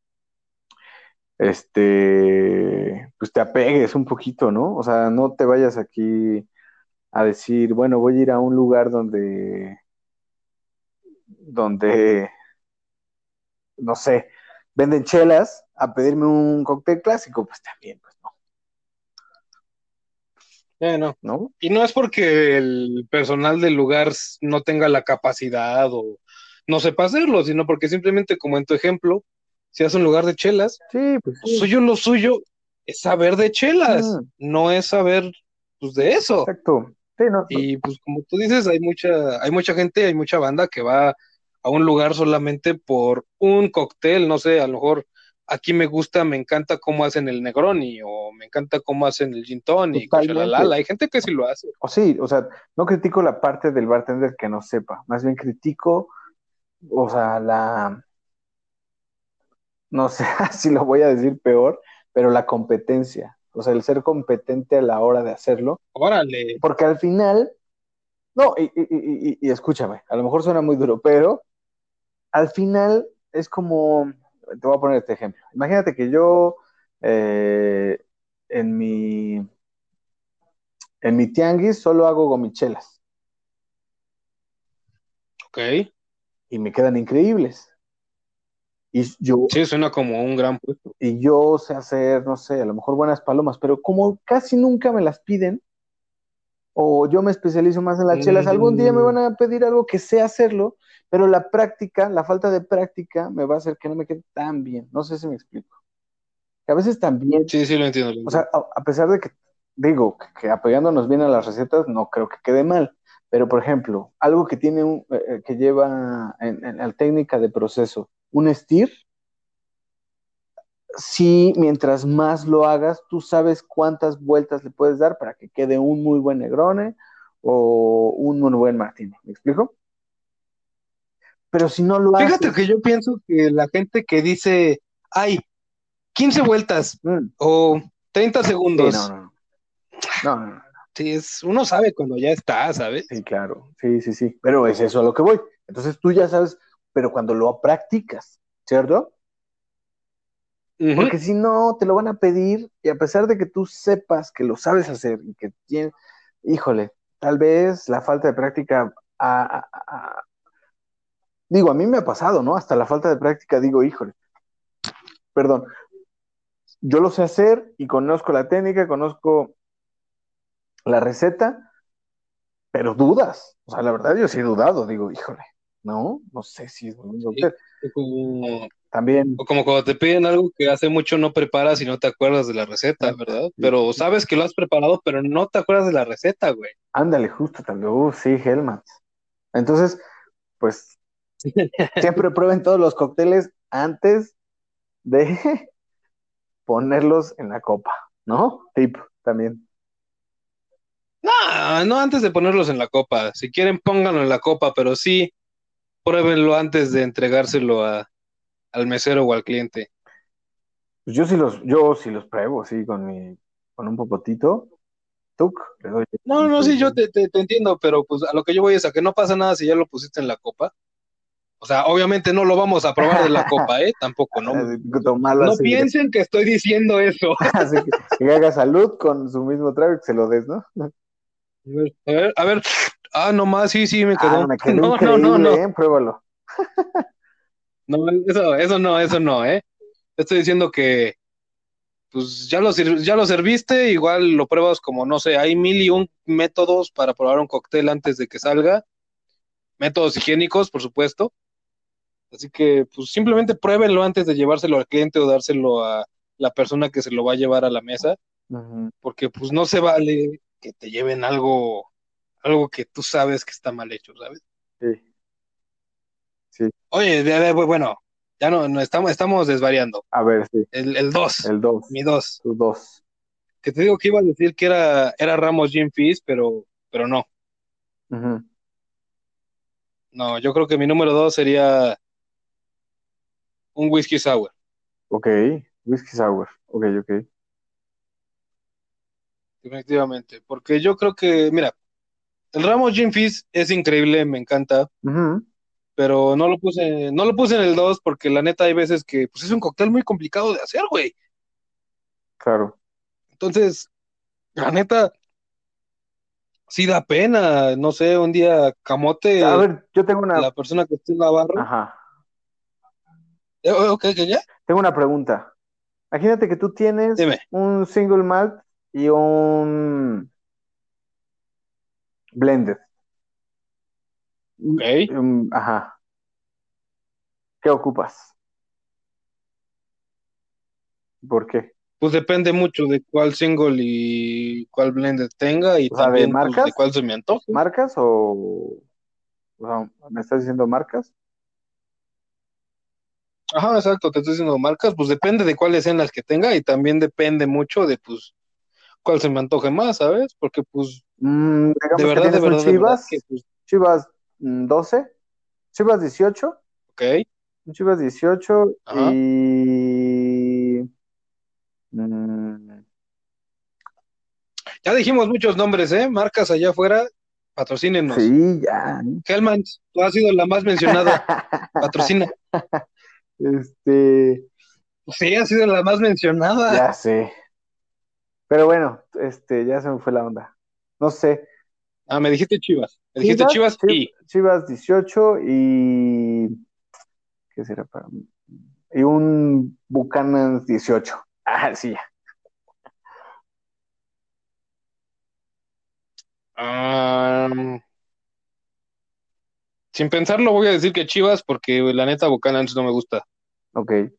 este, pues te apegues un poquito, ¿no? O sea, no te vayas aquí a decir, bueno, voy a ir a un lugar donde, donde, no sé, venden chelas a pedirme un cóctel clásico, pues también, pues no, Eh, no. ¿no? Y no es porque el personal del lugar s- no tenga la capacidad o no sepa hacerlo, sino porque simplemente, como en tu ejemplo, si haces un lugar de chelas, Sí, pues lo sí. suyo, lo suyo es saber de chelas, Mm, no es saber pues, de eso. exacto. Sí, no, no. Y pues como tú dices, hay mucha, hay mucha gente, hay mucha banda que va a un lugar solamente por un cóctel, no sé, a lo mejor aquí me gusta, me encanta cómo hacen el Negroni, o me encanta cómo hacen el Gin Tonic, o Totalmente. shalalala, hay gente que sí lo hace. O sí, o sea, no critico la parte del bartender que no sepa, más bien critico, o sea, la, no sé si lo voy a decir peor, pero la competencia, o sea, el ser competente a la hora de hacerlo, Órale. porque al final, no, y, y, y, y escúchame, a lo mejor suena muy duro, pero al final es como, te voy a poner este ejemplo, imagínate que yo eh, en mi, en mi tianguis solo hago gomichelas Ok. y me quedan increíbles. Y yo, Sí, suena como un gran puesto. y yo sé hacer, no sé, a lo mejor buenas palomas, pero como casi nunca me las piden, o yo me especializo más en las chelas, algún día me Mm, van a pedir algo que sé hacerlo, pero la práctica, la falta de práctica me va a hacer que no me quede tan bien. No sé si me explico. Que a veces también, sí, sí, lo entiendo, lo o sea, entiendo. a, a pesar de que digo que, que apegándonos bien a las recetas, no creo que quede mal. Pero, por ejemplo, algo que tiene un, eh, eh, que lleva en, en la técnica de proceso, un stir, sí, mientras más lo hagas, tú sabes cuántas vueltas le puedes dar para que quede un muy buen Negrone o un muy buen Martini. ¿Me explico? Pero si no lo Fíjate que haces, yo pienso que la gente que dice, ay, quince vueltas mm, o treinta sí, no, segundos, no, no, no, no, sí, es, uno sabe cuando ya está, sí, ¿sabes? claro, sí, sí, sí, pero es eso a lo que voy. Entonces tú ya sabes, pero cuando lo practicas, ¿cierto? Ujú. Porque si no, te lo van a pedir y a pesar de que tú sepas que lo sabes hacer y que tienes, híjole, tal vez la falta de práctica a, a, a, digo, a mí me ha pasado, ¿no? Hasta la falta de práctica digo, híjole, perdón, yo lo sé hacer y conozco la técnica, conozco la receta, pero dudas. O sea, la verdad yo sí he dudado, digo, híjole, no, no sé si es un buen Sí. cóctel. O como, También, o como cuando te piden algo que hace mucho no preparas y no te acuerdas de la receta, exacto, ¿verdad? sí, Pero sabes que lo has preparado, pero no te acuerdas de la receta, güey. ándale, justo también, uh, sí, Hellmann's. Entonces, pues siempre prueben todos los cócteles antes de ponerlos en la copa, ¿no? Tip también. No, no antes de ponerlos en la copa. Si quieren, pónganlo en la copa, pero sí, pruébenlo antes de entregárselo a, al mesero o al cliente. Pues yo sí los, yo sí los pruebo, sí, con mi, con un popotito, tuc, le doy No, no, sí, yo te, te, te entiendo, pero pues a lo que yo voy es a que no pasa nada si ya lo pusiste en la copa. O sea, obviamente no lo vamos a probar de la copa, ¿eh? Tampoco, no, tomarlo no así, de que, piensen que estoy diciendo eso. así que, que haga salud con su mismo trago y que se lo des, ¿no? A ver, a ver, ah, no más, sí, sí, me Ah, no, quedó. me quedó No, no, no, no, increíble, ¿eh? Pruébalo. no, eso, eso no, eso no, ¿eh? Estoy diciendo que, pues ya lo, sir- ya lo serviste, igual lo pruebas como, no sé, hay mil y un métodos para probar un cóctel antes de que salga, métodos higiénicos, por supuesto. Así que, pues simplemente pruébenlo antes de llevárselo al cliente o dárselo a la persona que se lo va a llevar a la mesa, Ujú, porque pues no se vale que te lleven algo, algo que tú sabes que está mal hecho, ¿sabes? sí, sí. Oye, de- de- bueno, ya no, no estamos, estamos desvariando. A ver, sí. El, el dos, El dos, mi dos, tus dos. que te digo que iba a decir que era, era Ramos Gin Fizz, pero, pero no, Ujú. no, yo creo que mi número dos sería un whisky sour, Ok, whisky sour. Ok, ok. definitivamente, porque yo creo que, mira, el Ramos Gin Fizz es increíble, me encanta, Ujú, pero no lo puse, no lo puse en el dos porque la neta hay veces que pues es un cóctel muy complicado de hacer, güey. claro. Entonces, la neta sí da pena, no sé, un día A camote, ver, yo tengo una. la persona que esté en la barra, Ajá. eh, oh, ok, que ya, Tengo una pregunta. Imagínate que tú tienes dime, un single malt y un blended. ok, Mm, ajá. ¿Qué ocupas? ¿Por qué? pues depende mucho de cuál single y cuál blended tenga y O sea, ¿de también pues de marcas? cuál se me antoje. ¿Marcas o, o sea, me estás diciendo marcas? Ajá, exacto, te estoy diciendo marcas, pues depende de cuáles sean las que tenga y también depende mucho de, pues, cuál se me antoje más, ¿sabes? Porque, pues, Mm, de digamos que verdad, de tienes un verdad, de verdad, que, Chivas, pues, Chivas mm, doce, Chivas dieciocho, ok, un Chivas dieciocho ajá. y... mm, Ya dijimos muchos nombres, ¿eh? Marcas allá afuera, patrocínenos. sí, ya. Hellmann's, tú has sido la más mencionada, patrocina. Este, Sí, ha sido la más mencionada. ya sé. Pero bueno, este, ya se me fue la onda. No sé. Ah, me dijiste Chivas, me dijiste Chivas, Chivas Chiv- y... Chivas dieciocho y... ¿Qué será para mí? Y un Buchanan dieciocho. Ah, sí, ya. ah, sin pensarlo voy a decir que Chivas porque la neta Bucanans no me gusta. Ok.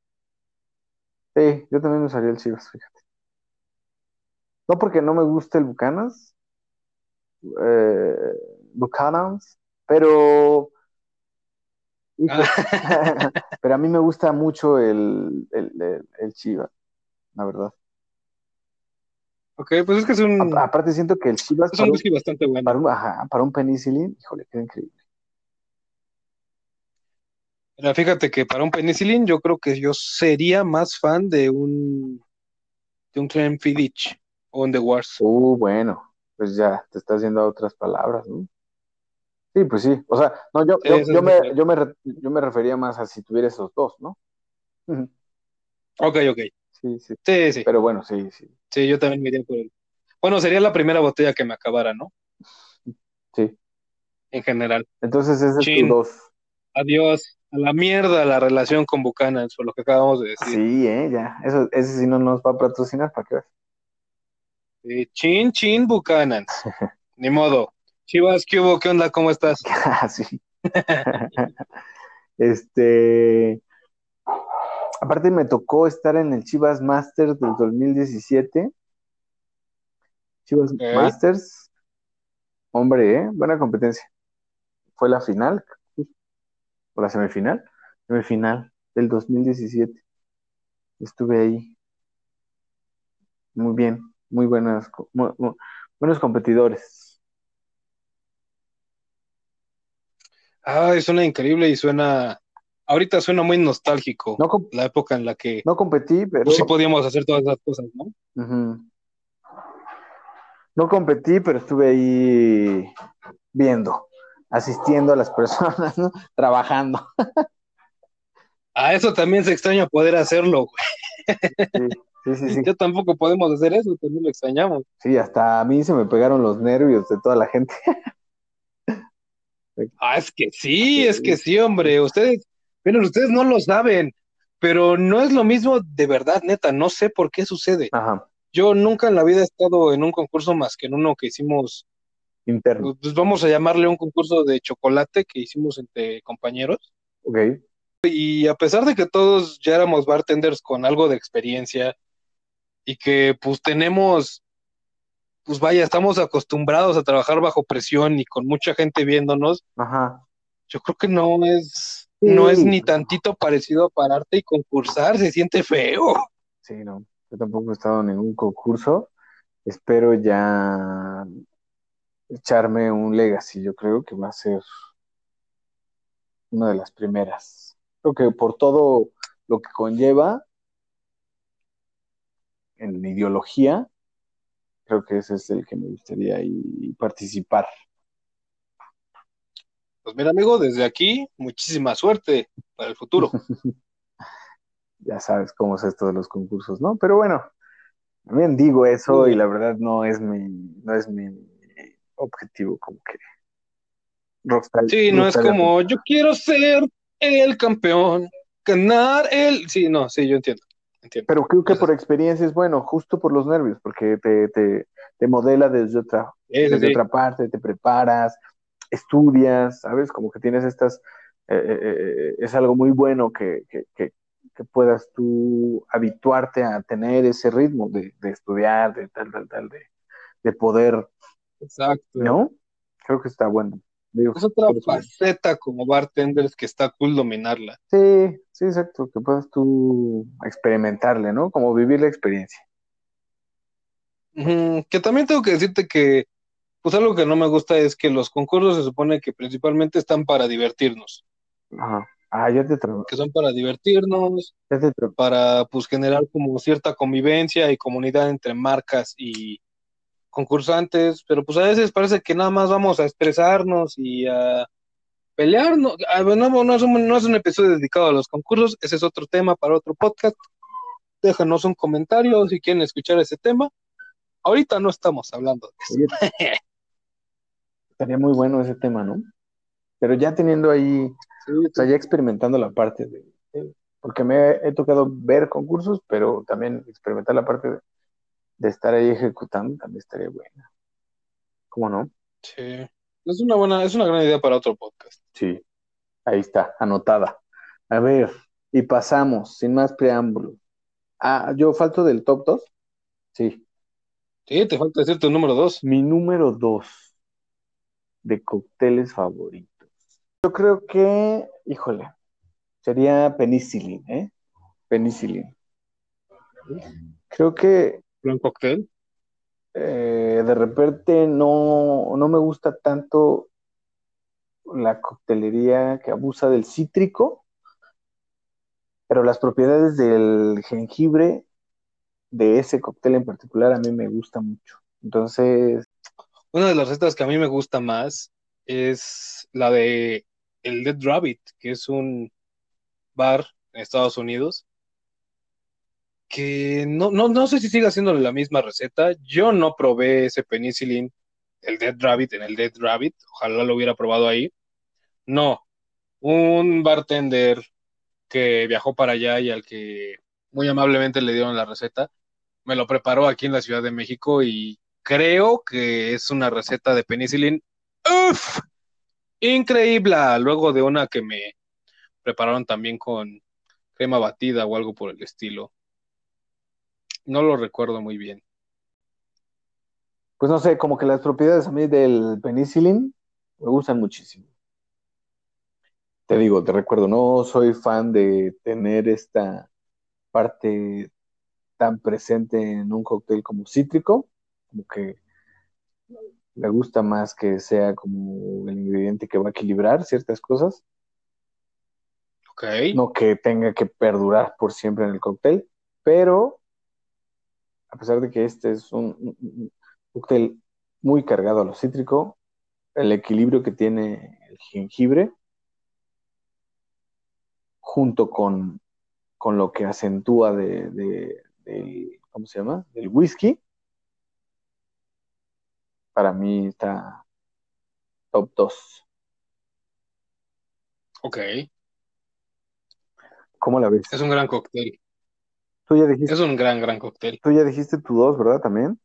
Sí, yo también usaría el Chivas, fíjate. No porque no me guste el Bucanas, eh, Buchanans, pero, hijo, Ah, pero a mí me gusta mucho el, el, el, el Chivas, la verdad. ok, pues es que es A- un, aparte siento que el Chivas es un para un, whisky bastante bueno. para un, ajá, para un penicilin, híjole, queda increíble. Mira, fíjate que para un penicilin yo creo que yo sería más fan de un de un Glenfiddich o un The Wars. Uh, bueno, pues ya te estás yendo a otras palabras, ¿no? Sí, pues sí. O sea, no, yo, Sí, yo, esa es yo mi me, plan. yo me, re- yo me refería más a si tuviera esos dos, ¿no? Ujú. Ok, ok. Sí, sí. Sí, sí. Pero bueno, sí, sí, Sí, yo también me iría por él. Bueno, sería la primera botella que me acabara, ¿no? sí. En general. Entonces ese es tu Chin, dos. adiós. A la mierda la relación con Buchanan, por lo que acabamos de decir. Sí, eh, ya. Eso, ese sí no nos va a patrocinar, ¿para qué ves? Sí, chin, chin, Buchanans. Ni modo. Chivas, ¿qué hubo? ¿Qué onda? ¿Cómo estás? Ah, sí. Este, aparte me tocó estar en el Chivas Masters del dos mil diecisiete. Chivas Ok. Masters, hombre, ¿eh? Buena competencia. Fue la final, o la semifinal, semifinal del dos mil diecisiete. Estuve ahí, muy bien, muy buenas, co- mu- mu- buenos competidores. Ay, suena increíble y suena. Ahorita suena muy nostálgico No, com- la época en la que, no competí, pues sí pero podíamos hacer todas esas cosas, ¿no? ujú. No competí, pero estuve ahí viendo, asistiendo a las personas, ¿no? Trabajando. A eso también se extraña poder hacerlo, Sí, sí, sí, güey. sí. Ya tampoco podemos hacer eso, también lo extrañamos. Sí, hasta a mí se me pegaron los nervios de toda la gente. Ah, es que sí, es que sí, hombre. Ustedes, pero ustedes no lo saben, pero no es lo mismo de verdad, neta. No sé por qué sucede. Ajá, Yo nunca en la vida he estado en un concurso más que en uno que hicimos, interno. pues vamos a llamarle un concurso de chocolate que hicimos entre compañeros. Ok. Y a pesar de que todos ya éramos bartenders con algo de experiencia y que pues tenemos, pues vaya, estamos acostumbrados a trabajar bajo presión y con mucha gente viéndonos, Ajá. yo creo que no es, no es Sí, ni tantito parecido a pararte y concursar, se siente feo. sí, no. Yo tampoco he estado en ningún concurso. Espero ya echarme un Legacy. Yo creo que va a ser una de las primeras. Creo que por todo lo que conlleva en ideología, creo que ese es el que me gustaría ahí participar. Pues mira, amigo, desde aquí, muchísima suerte para el futuro. Ya sabes cómo es esto de los concursos, ¿no? Pero bueno, también digo Muy eso y bien. la verdad no es mi, no es mi objetivo, como que rockstar, Sí, no es rockstar. como yo quiero ser el campeón, ganar el. Sí, no, sí, yo entiendo, entiendo. Pero creo No que es por así. experiencia es bueno, justo por los nervios, porque te, te, te modela desde otra, Sí, sí, desde sí. otra parte, te preparas, estudias, ¿sabes? Como que tienes estas, eh, eh, eh, es algo muy bueno que, que, que, que puedas tú habituarte a tener ese ritmo de, de estudiar, de tal, tal, tal, de, de poder, Exacto. ¿no? Creo que está bueno. Digo, Es otra por eso- faceta como bartenders que está cool dominarla. sí, sí, exacto, que puedas tú experimentarle, ¿no? Como vivir la experiencia. Ujú, que también tengo que decirte que, pues algo que no me gusta es que los concursos se supone que principalmente están para divertirnos, Ajá. Ah, ya te tra- que son para divertirnos, ya te tra- para pues generar como cierta convivencia y comunidad entre marcas y concursantes, pero pues a veces parece que nada más vamos a estresarnos y a pelearnos. Ah, bueno, no, no es un, no es un episodio dedicado a los concursos, ese es otro tema para otro podcast. Déjanos un comentario si quieren escuchar ese tema. Ahorita no estamos hablando de eso. Oye, estaría muy bueno ese tema, ¿no? Pero ya teniendo ahí, o Sí, sea, sí. ya experimentando la parte de, de- porque me he tocado ver concursos, pero también experimentar la parte de, de estar ahí ejecutando también estaría buena. ¿Cómo no? Sí. Es una buena, es una gran idea para otro podcast. Sí, ahí está, anotada. A ver, y pasamos, sin más preámbulos. Ah, yo falto del top dos. Sí, Sí, te falta decir tu número dos. mi número dos de cócteles favoritos. Yo creo que, híjole, sería penicilin, ¿eh? Penicilin. Creo que ¿Un cóctel? eh, de repente no, no me gusta tanto la coctelería que abusa del cítrico, pero las propiedades del jengibre de ese cóctel en particular a mí me gusta mucho. Entonces, Una de las recetas que a mí me gusta más es la de el Dead Rabbit, que es un bar en Estados Unidos que no, no, no sé si sigue haciéndole la misma receta. Yo no probé ese penicillin, el Dead Rabbit, en el Dead Rabbit. Ojalá lo hubiera probado ahí. No, un bartender que viajó para allá y al que muy amablemente le dieron la receta, me lo preparó aquí en la Ciudad de México y creo que es una receta de penicillin. ¡Uf! Increíble. Luego de una que me prepararon también con crema batida o algo por el estilo. No lo recuerdo muy bien. pues no sé, como que las propiedades a mí del penicilin me gustan muchísimo. Te digo, te recuerdo, no soy fan de tener esta parte tan presente en un cóctel como cítrico, como que me gusta más que sea como el ingrediente que va a equilibrar ciertas cosas, Ok. no que tenga que perdurar por siempre en el cóctel, pero a pesar de que este es un, un- un cóctel muy cargado a lo cítrico, el equilibrio que tiene el jengibre junto con, con lo que acentúa de, de- del, ¿cómo se llama? Del whisky, para mí está top dos. Ok. ¿Cómo la ves? Es un gran cóctel. Tú ya dijiste, Es un gran, gran cóctel. tú ya dijiste tu dos, ¿verdad? También.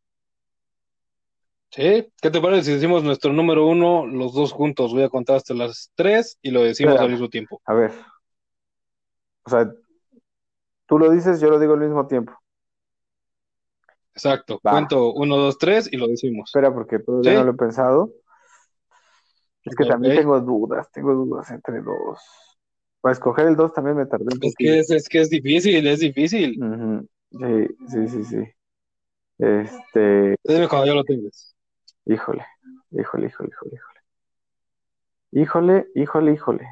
¿Sí? ¿Qué te parece si decimos nuestro número uno los dos juntos? Voy a contar hasta las tres y lo decimos al Espérame, mismo tiempo. a ver, o sea, tú lo dices, yo lo digo al mismo tiempo. Exacto. Va, Cuento uno, dos, tres y lo decimos. espera porque todavía no ¿Sí? lo he pensado. Es Ok, que también ok. tengo dudas, tengo dudas entre dos. Para escoger el dos también me tardé un Es que poquillo. es, es que es difícil, es difícil. Ujú. Sí, sí, sí, sí. Este, Dime cuando ya lo tengas. híjole, híjole, híjole, híjole, híjole, híjole, híjole.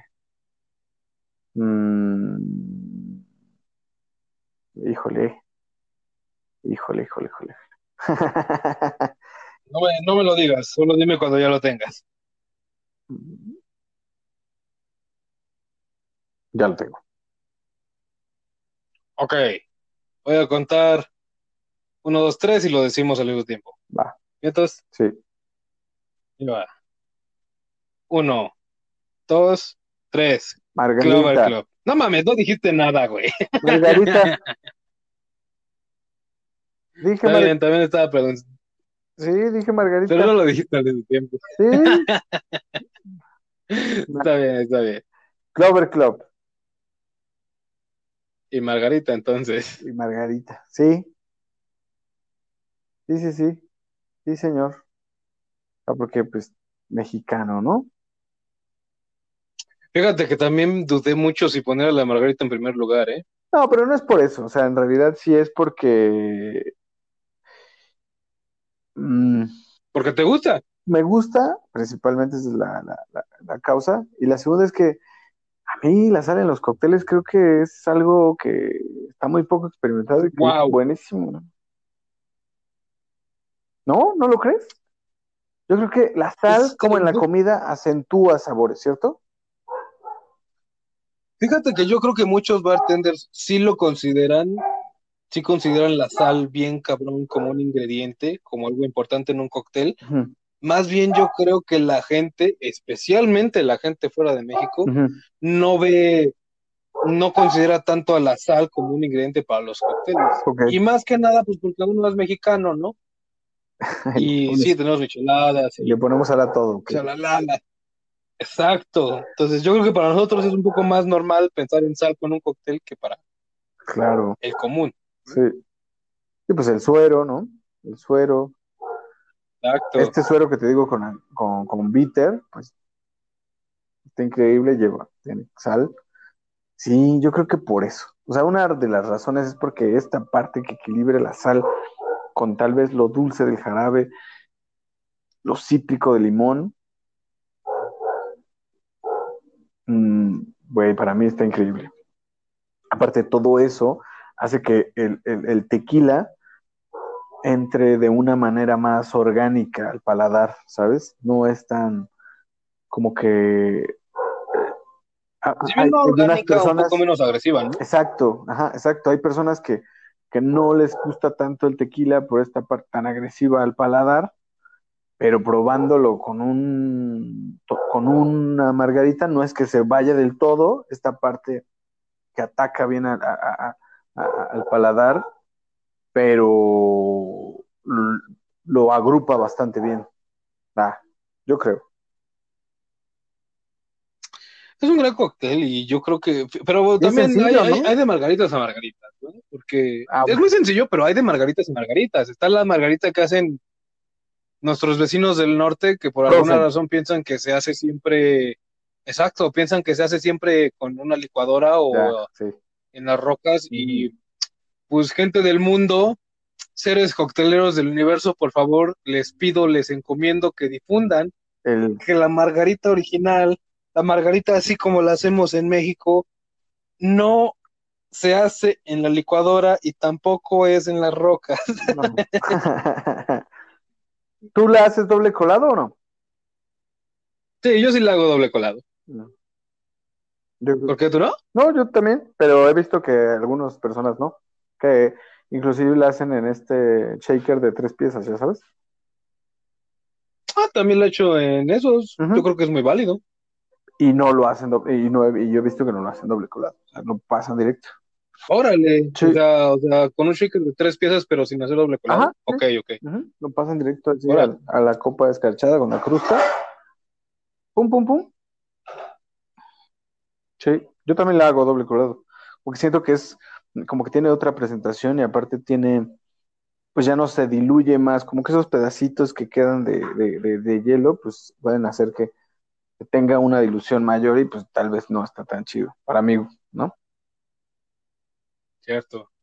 Mm, híjole, híjole, híjole, híjole. No me, no me lo digas, solo dime cuando ya lo tengas. Ya lo tengo. Ok, voy a contar uno, dos, tres y lo decimos al mismo tiempo. Va, Entonces, sí. ahí va. Uno, dos, tres. Clover Margarita, Club. No mames, no dijiste nada, güey. Margarita. Dije Está Mar- bien, también estaba preguntando, sí, dije pero Margarita. no lo dijiste al mismo tiempo. Sí. Ma- Está bien, está bien. Clover Club Y Margarita, entonces. y Margarita. Sí, sí, sí, sí. Sí, señor. Ah, porque pues mexicano, ¿no? Fíjate que también dudé mucho si poner a la Margarita en primer lugar, ¿eh? No, pero no es por eso, o sea, en realidad sí es porque mm, Porque te gusta. me gusta, principalmente esa es la, la, la, la causa, y la segunda es que a mí la sal en los cócteles creo que es algo que está muy poco experimentado y que es Wow. buenísimo. ¿No? ¿No lo crees? Yo creo que la sal, Es que, como en la comida, acentúa sabores, ¿cierto? fíjate que yo creo que muchos bartenders sí lo consideran, sí consideran la sal bien cabrón como un ingrediente, como algo importante en un cóctel. Ujú, Más bien yo creo que la gente, especialmente la gente fuera de México, ujú. no ve, no considera tanto a la sal como un ingrediente para los cócteles. Ok. Y más que nada, pues porque uno es mexicano, ¿no? Y le Y sí, pones- tenemos micheladas y le y ponemos sal a todo, ok. chalalala. Exacto. Entonces yo creo que para nosotros es un poco más normal pensar en sal con un cóctel que para Claro, el común. sí. Y pues el suero, ¿no? El suero. Exacto. Este suero que te digo con, con, con bitter, pues está increíble, lleva, tiene sal. Sí, yo creo que por eso. O sea, una de las razones es porque esta parte que equilibre la sal con tal vez lo dulce del jarabe, lo cítrico del limón, mm, güey, para mí está increíble. Aparte, todo eso hace que el, el, el tequila entre de una manera más orgánica al paladar, ¿sabes? No es tan como que a- Si hay, bien no hay unas orgánica, un poco personas, menos agresiva, ¿no? exacto, ajá, exacto, hay personas que, que no les gusta tanto el tequila por esta parte tan agresiva al paladar, pero probándolo con un con una margarita no es que se vaya del todo esta parte que ataca bien a- a- a- a- al paladar, pero l- lo agrupa bastante bien. Ah, yo creo. Es un gran cóctel y yo creo que, pero Y es también hay, sencillo, hay, ¿no? hay de margaritas a margaritas, ¿no? Porque Ah, es bueno. muy sencillo, pero hay de margaritas a margaritas. Está la margarita que hacen nuestros vecinos del norte que por alguna Frozen. razón piensan que se hace siempre, exacto, piensan que se hace siempre con una licuadora Ya, o sí. en las rocas Mm, y pues gente del mundo, seres cocteleros del universo, por favor, les pido, les encomiendo que difundan El, que la margarita original, la margarita así como la hacemos en México, no se hace en la licuadora y tampoco es en las rocas. no. ¿Tú la haces doble colado o no? Sí, yo sí la hago doble colado. No. Yo, ¿Por qué tú no? no, yo también, pero he visto que algunas personas no, que inclusive la hacen en este shaker de tres piezas, ¿ya sabes? Ah, también lo he hecho en esos. Yo Ujú. creo que es muy válido. Y no lo hacen, doble, y, no he- y yo he visto que no lo hacen doble colado, o sea, no pasan directo. Órale, o Sí, sea, o sea, con un shaker de tres piezas, pero sin hacer doble colado. ajá, sí. Ok, ok. Ujú. Lo pasan directo así Órale. al- a, la copa escarchada con la crusta, pum, pum, pum. Sí, yo también la hago doble colado, porque siento que es como que tiene otra presentación y aparte tiene, pues ya no se diluye más, como que esos pedacitos que quedan de, de, de- de hielo, pues pueden hacer que, que tenga una dilución mayor y pues tal vez no está tan chido para mí, ¿no? Cierto.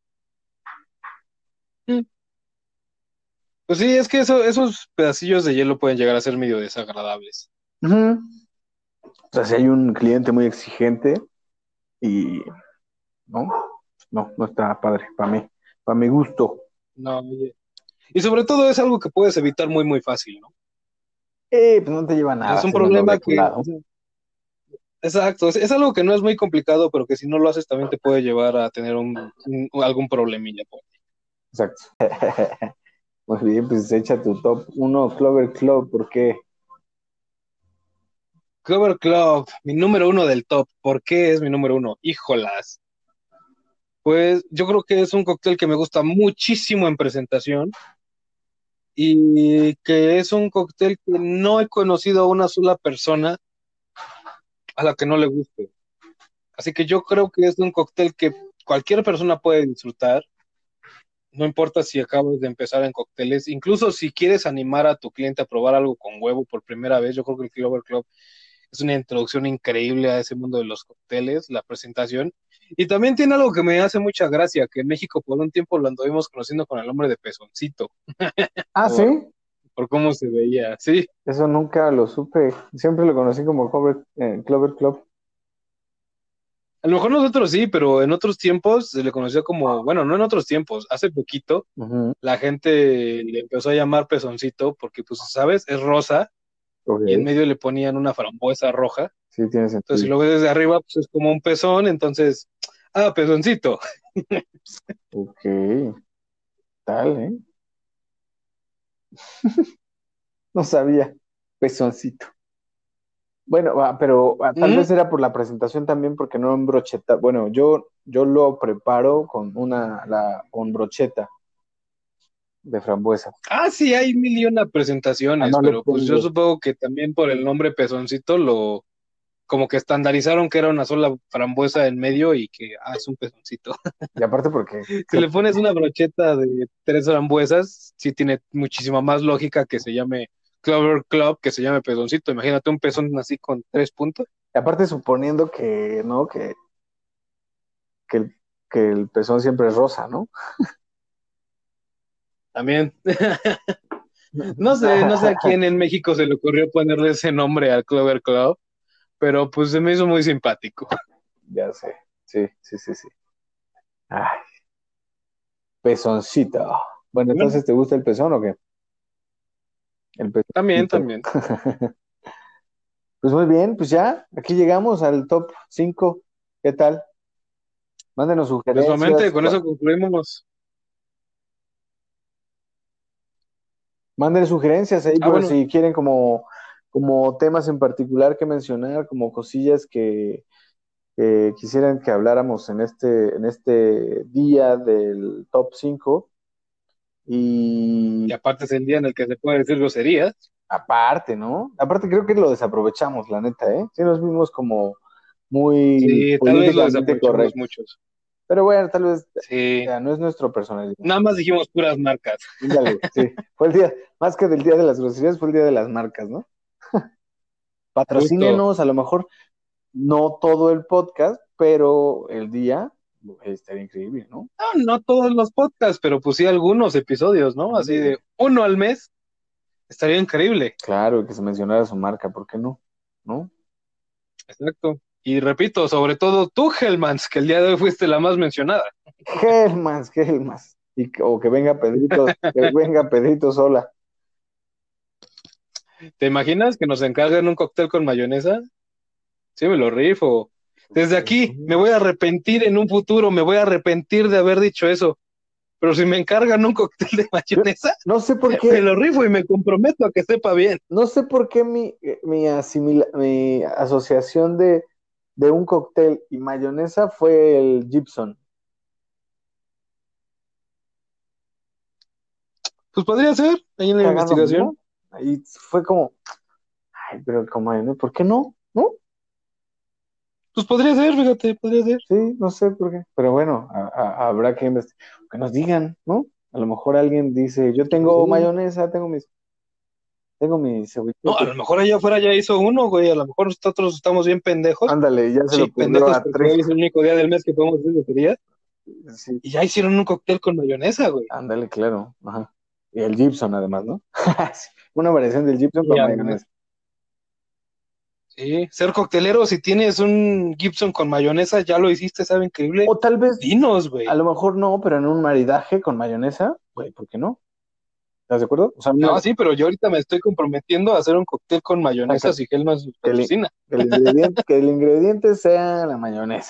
Mm. Pues sí, es que eso, esos pedacillos de hielo pueden llegar a ser medio desagradables. Ujú. O sea, si hay un cliente muy exigente y no, no, no está padre para mí, para mi gusto. No, oye. Y sobre todo es algo que puedes evitar muy, muy fácil, ¿no? Eh, pues no te lleva O sea, nada es un hacerlo en problema doble que, colado. exacto, es, es algo que no es muy complicado, pero que si no lo haces también te puede llevar a tener un, un- algún problemilla. Pues. Exacto. Muy bien, pues echa tu top uno Clover Club, ¿por qué? Clover Club, mi número uno del top. ¿Por qué es mi número uno? Híjolas. Pues yo creo que es un cóctel que me gusta muchísimo en presentación y que es un cóctel que no he conocido a una sola persona a la que no le guste. Así que yo creo que es un cóctel que cualquier persona puede disfrutar. No importa si acabas de empezar en cócteles, incluso si quieres animar a tu cliente a probar algo con huevo por primera vez, yo creo que el Clover Club Es una introducción increíble a ese mundo de los cócteles, la presentación. Y también tiene algo que me hace mucha gracia, que en México por un tiempo lo anduvimos conociendo con el nombre de pezoncito, Ah, por, sí, por cómo se veía. Sí, eso nunca lo supe. Siempre lo conocí como Clover, eh, Clover Club. a lo mejor nosotros sí, pero en otros tiempos se le conoció como, bueno, no en otros tiempos, hace poquito Ujú, la gente le empezó a llamar pezoncito porque, pues, ¿sabes? Es rosa ok, y en medio le ponían una frambuesa roja. sí, tiene Entonces, si sentido. lo ves desde arriba, pues es como un pezón, entonces, ah, pezoncito. Ok, tal, ¿eh? No sabía. Pezoncito. Bueno, ah, pero ah, tal Ujú. vez era por la presentación también, porque no en brocheta. Bueno, yo, yo lo preparo con una, la, con brocheta de frambuesa. Ah, sí, hay mil y una Ah, presentaciones, no le pero pues yo pongo. supongo que también por el nombre pezoncito lo, como que estandarizaron que era una sola frambuesa en medio y que, ah, es un pezoncito. Y aparte porque, Si ¿qué? le pones una brocheta de tres frambuesas, sí tiene muchísima más lógica que se llame Clover Club que se llame pezoncito. Imagínate un pezón así con tres puntos. Y aparte suponiendo que, ¿no? Que, que el, que el pezón siempre es rosa, ¿no? También, no sé, no sé a quién en México se le ocurrió ponerle ese nombre al Clover Club, pero pues se me hizo muy simpático. Ya sé. Sí, sí, sí, sí. Ay, pezoncito. Bueno, Bueno, entonces, ¿te gusta el pezón o qué? El también, pezoncito. también. Pues muy bien, pues ya, aquí llegamos al top cinco. ¿Qué tal? Mándenos Pues nuevamente, sugerencias, con va- eso concluimos. mándenos sugerencias ahí Ah, por bueno, si quieren como, como temas en particular que mencionar, como cosillas que, que quisieran que habláramos en este, en este día del top cinco. y Y aparte es el día en el que se puede decir groserías. aparte, ¿no? Aparte creo que lo desaprovechamos, la neta, ¿eh? Sí nos vimos como muy Sí, tal vez lo políticamente desaprovechamos correctos. muchos. Pero bueno, tal vez Sí, ya no es nuestra personalidad. nada más dijimos puras marcas. Ándale, sí. Fue el día, más que del día de las groserías, fue el día de las marcas, ¿no? Justo. Patrocínenos, a lo mejor no todo el podcast, pero el día eh, estaría increíble, ¿no? No, no todos los podcasts, pero pues sí algunos episodios, ¿no? Así Ándale. de uno al mes, estaría increíble. Claro, que se mencionara su marca, ¿por qué no? ¿No? Exacto. Y repito, sobre todo tú, Hellmans, que el día de hoy fuiste la más mencionada. Helmas, Helmas. Y, que- o que venga Pedrito, que venga Pedrito sola. ¿Te imaginas que nos encarguen un cóctel con mayonesa? Sí, me lo rifo. Desde aquí me voy a arrepentir en un futuro, me voy a arrepentir de haber dicho eso. Pero si me encargan un cóctel de Yo mayonesa, no sé por me qué, lo rifo y me comprometo a que sepa bien. no sé por qué mi, eh, mi, asimila- mi asociación de, de un cóctel y mayonesa fue el Gibson. Pues podría ser, ahí en la Cagado, investigación. ¿no? Ahí fue como, ay, pero como, mayonesa, ¿por qué no? ¿No? Pues podría ser, fíjate, podría ser. Sí, no sé por qué. Pero bueno, a- a- habrá que investigar, que nos digan, ¿no? A lo mejor alguien dice, yo tengo Sí. mayonesa, tengo mis, tengo mis No, a cebollitos. lo mejor allá afuera ya hizo uno, güey. A lo mejor nosotros estamos bien pendejos. Ándale, ya se le Sí, ocurrió pendejos a porque tres. hoy es el único día del mes que podemos decir groserías. Sí, Y ya hicieron un cóctel con mayonesa, güey. ándale, claro. Ajá. Y el Gibson además, ¿no? Sí, una variación del Gibson Y con además, mayonesa. sí, ser coctelero, si tienes un Gibson con mayonesa, ya lo hiciste, sabe increíble. O tal vez, Dinos, a güey. lo mejor no, pero en un maridaje con mayonesa, güey, ¿por qué no? ¿Estás de acuerdo? O sea, una- No, sí, pero yo ahorita me estoy comprometiendo a hacer un cóctel con mayonesa que, si Hellmann's nos que el, patrocina. que el ingrediente, que el ingrediente sea la mayonesa.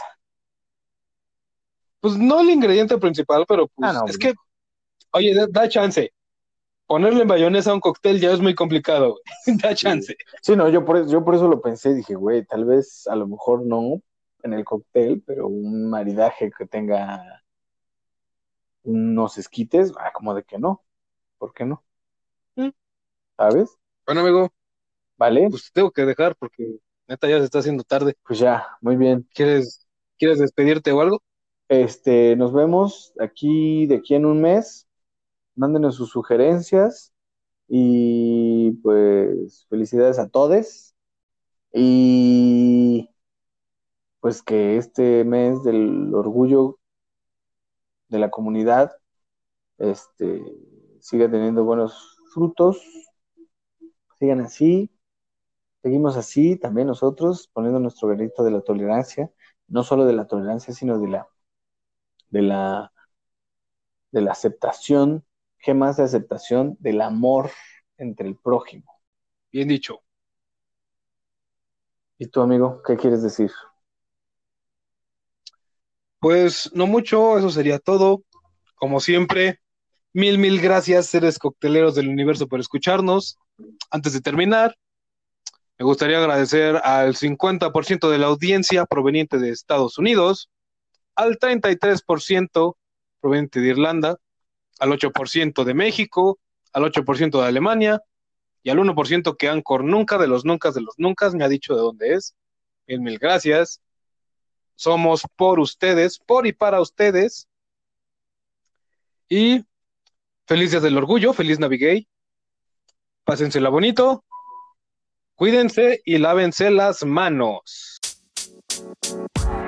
Pues no el ingrediente principal, pero Ah, pues no, es que, oye, da, da chance. Ponerle mayonesa a un cóctel ya es muy complicado, güey. Da sí. chance. Sí, no, yo por eso, yo por eso lo pensé, dije, güey, tal vez a lo mejor no en el cóctel, pero un maridaje que tenga unos esquites, ah, como de que no, ¿por qué no? Mm. ¿Sabes? Bueno, amigo, ¿Vale? pues te tengo que dejar porque neta ya se está haciendo tarde. Pues ya, muy bien. ¿Quieres, quieres despedirte o algo? Este, nos vemos aquí de aquí en un mes. Mándenos sus sugerencias y pues felicidades a todos. Y pues que este mes del orgullo de la comunidad este, siga teniendo buenos frutos, sigan así, seguimos así también nosotros, poniendo nuestro granito de la tolerancia, no solo de la tolerancia, sino de la, de la, de la aceptación, ¿qué más de aceptación? Del amor entre el prójimo. Bien dicho. ¿Y tú, amigo, qué quieres decir? Pues no mucho, eso sería todo. Como siempre, mil, mil gracias, seres cocteleros del universo, por escucharnos. Antes de terminar, me gustaría agradecer al cincuenta por ciento de la audiencia proveniente de Estados Unidos, al treinta y tres por ciento proveniente de Irlanda, al ocho por ciento de México, al ocho por ciento de Alemania y al uno por ciento que Anchor nunca de los nunca de los nunca me ha dicho de dónde es. Mil, mil gracias. Somos por ustedes, por y para ustedes. Y feliz Día del Orgullo, feliz Navigay. Pásensela bonito, cuídense y lávense las manos.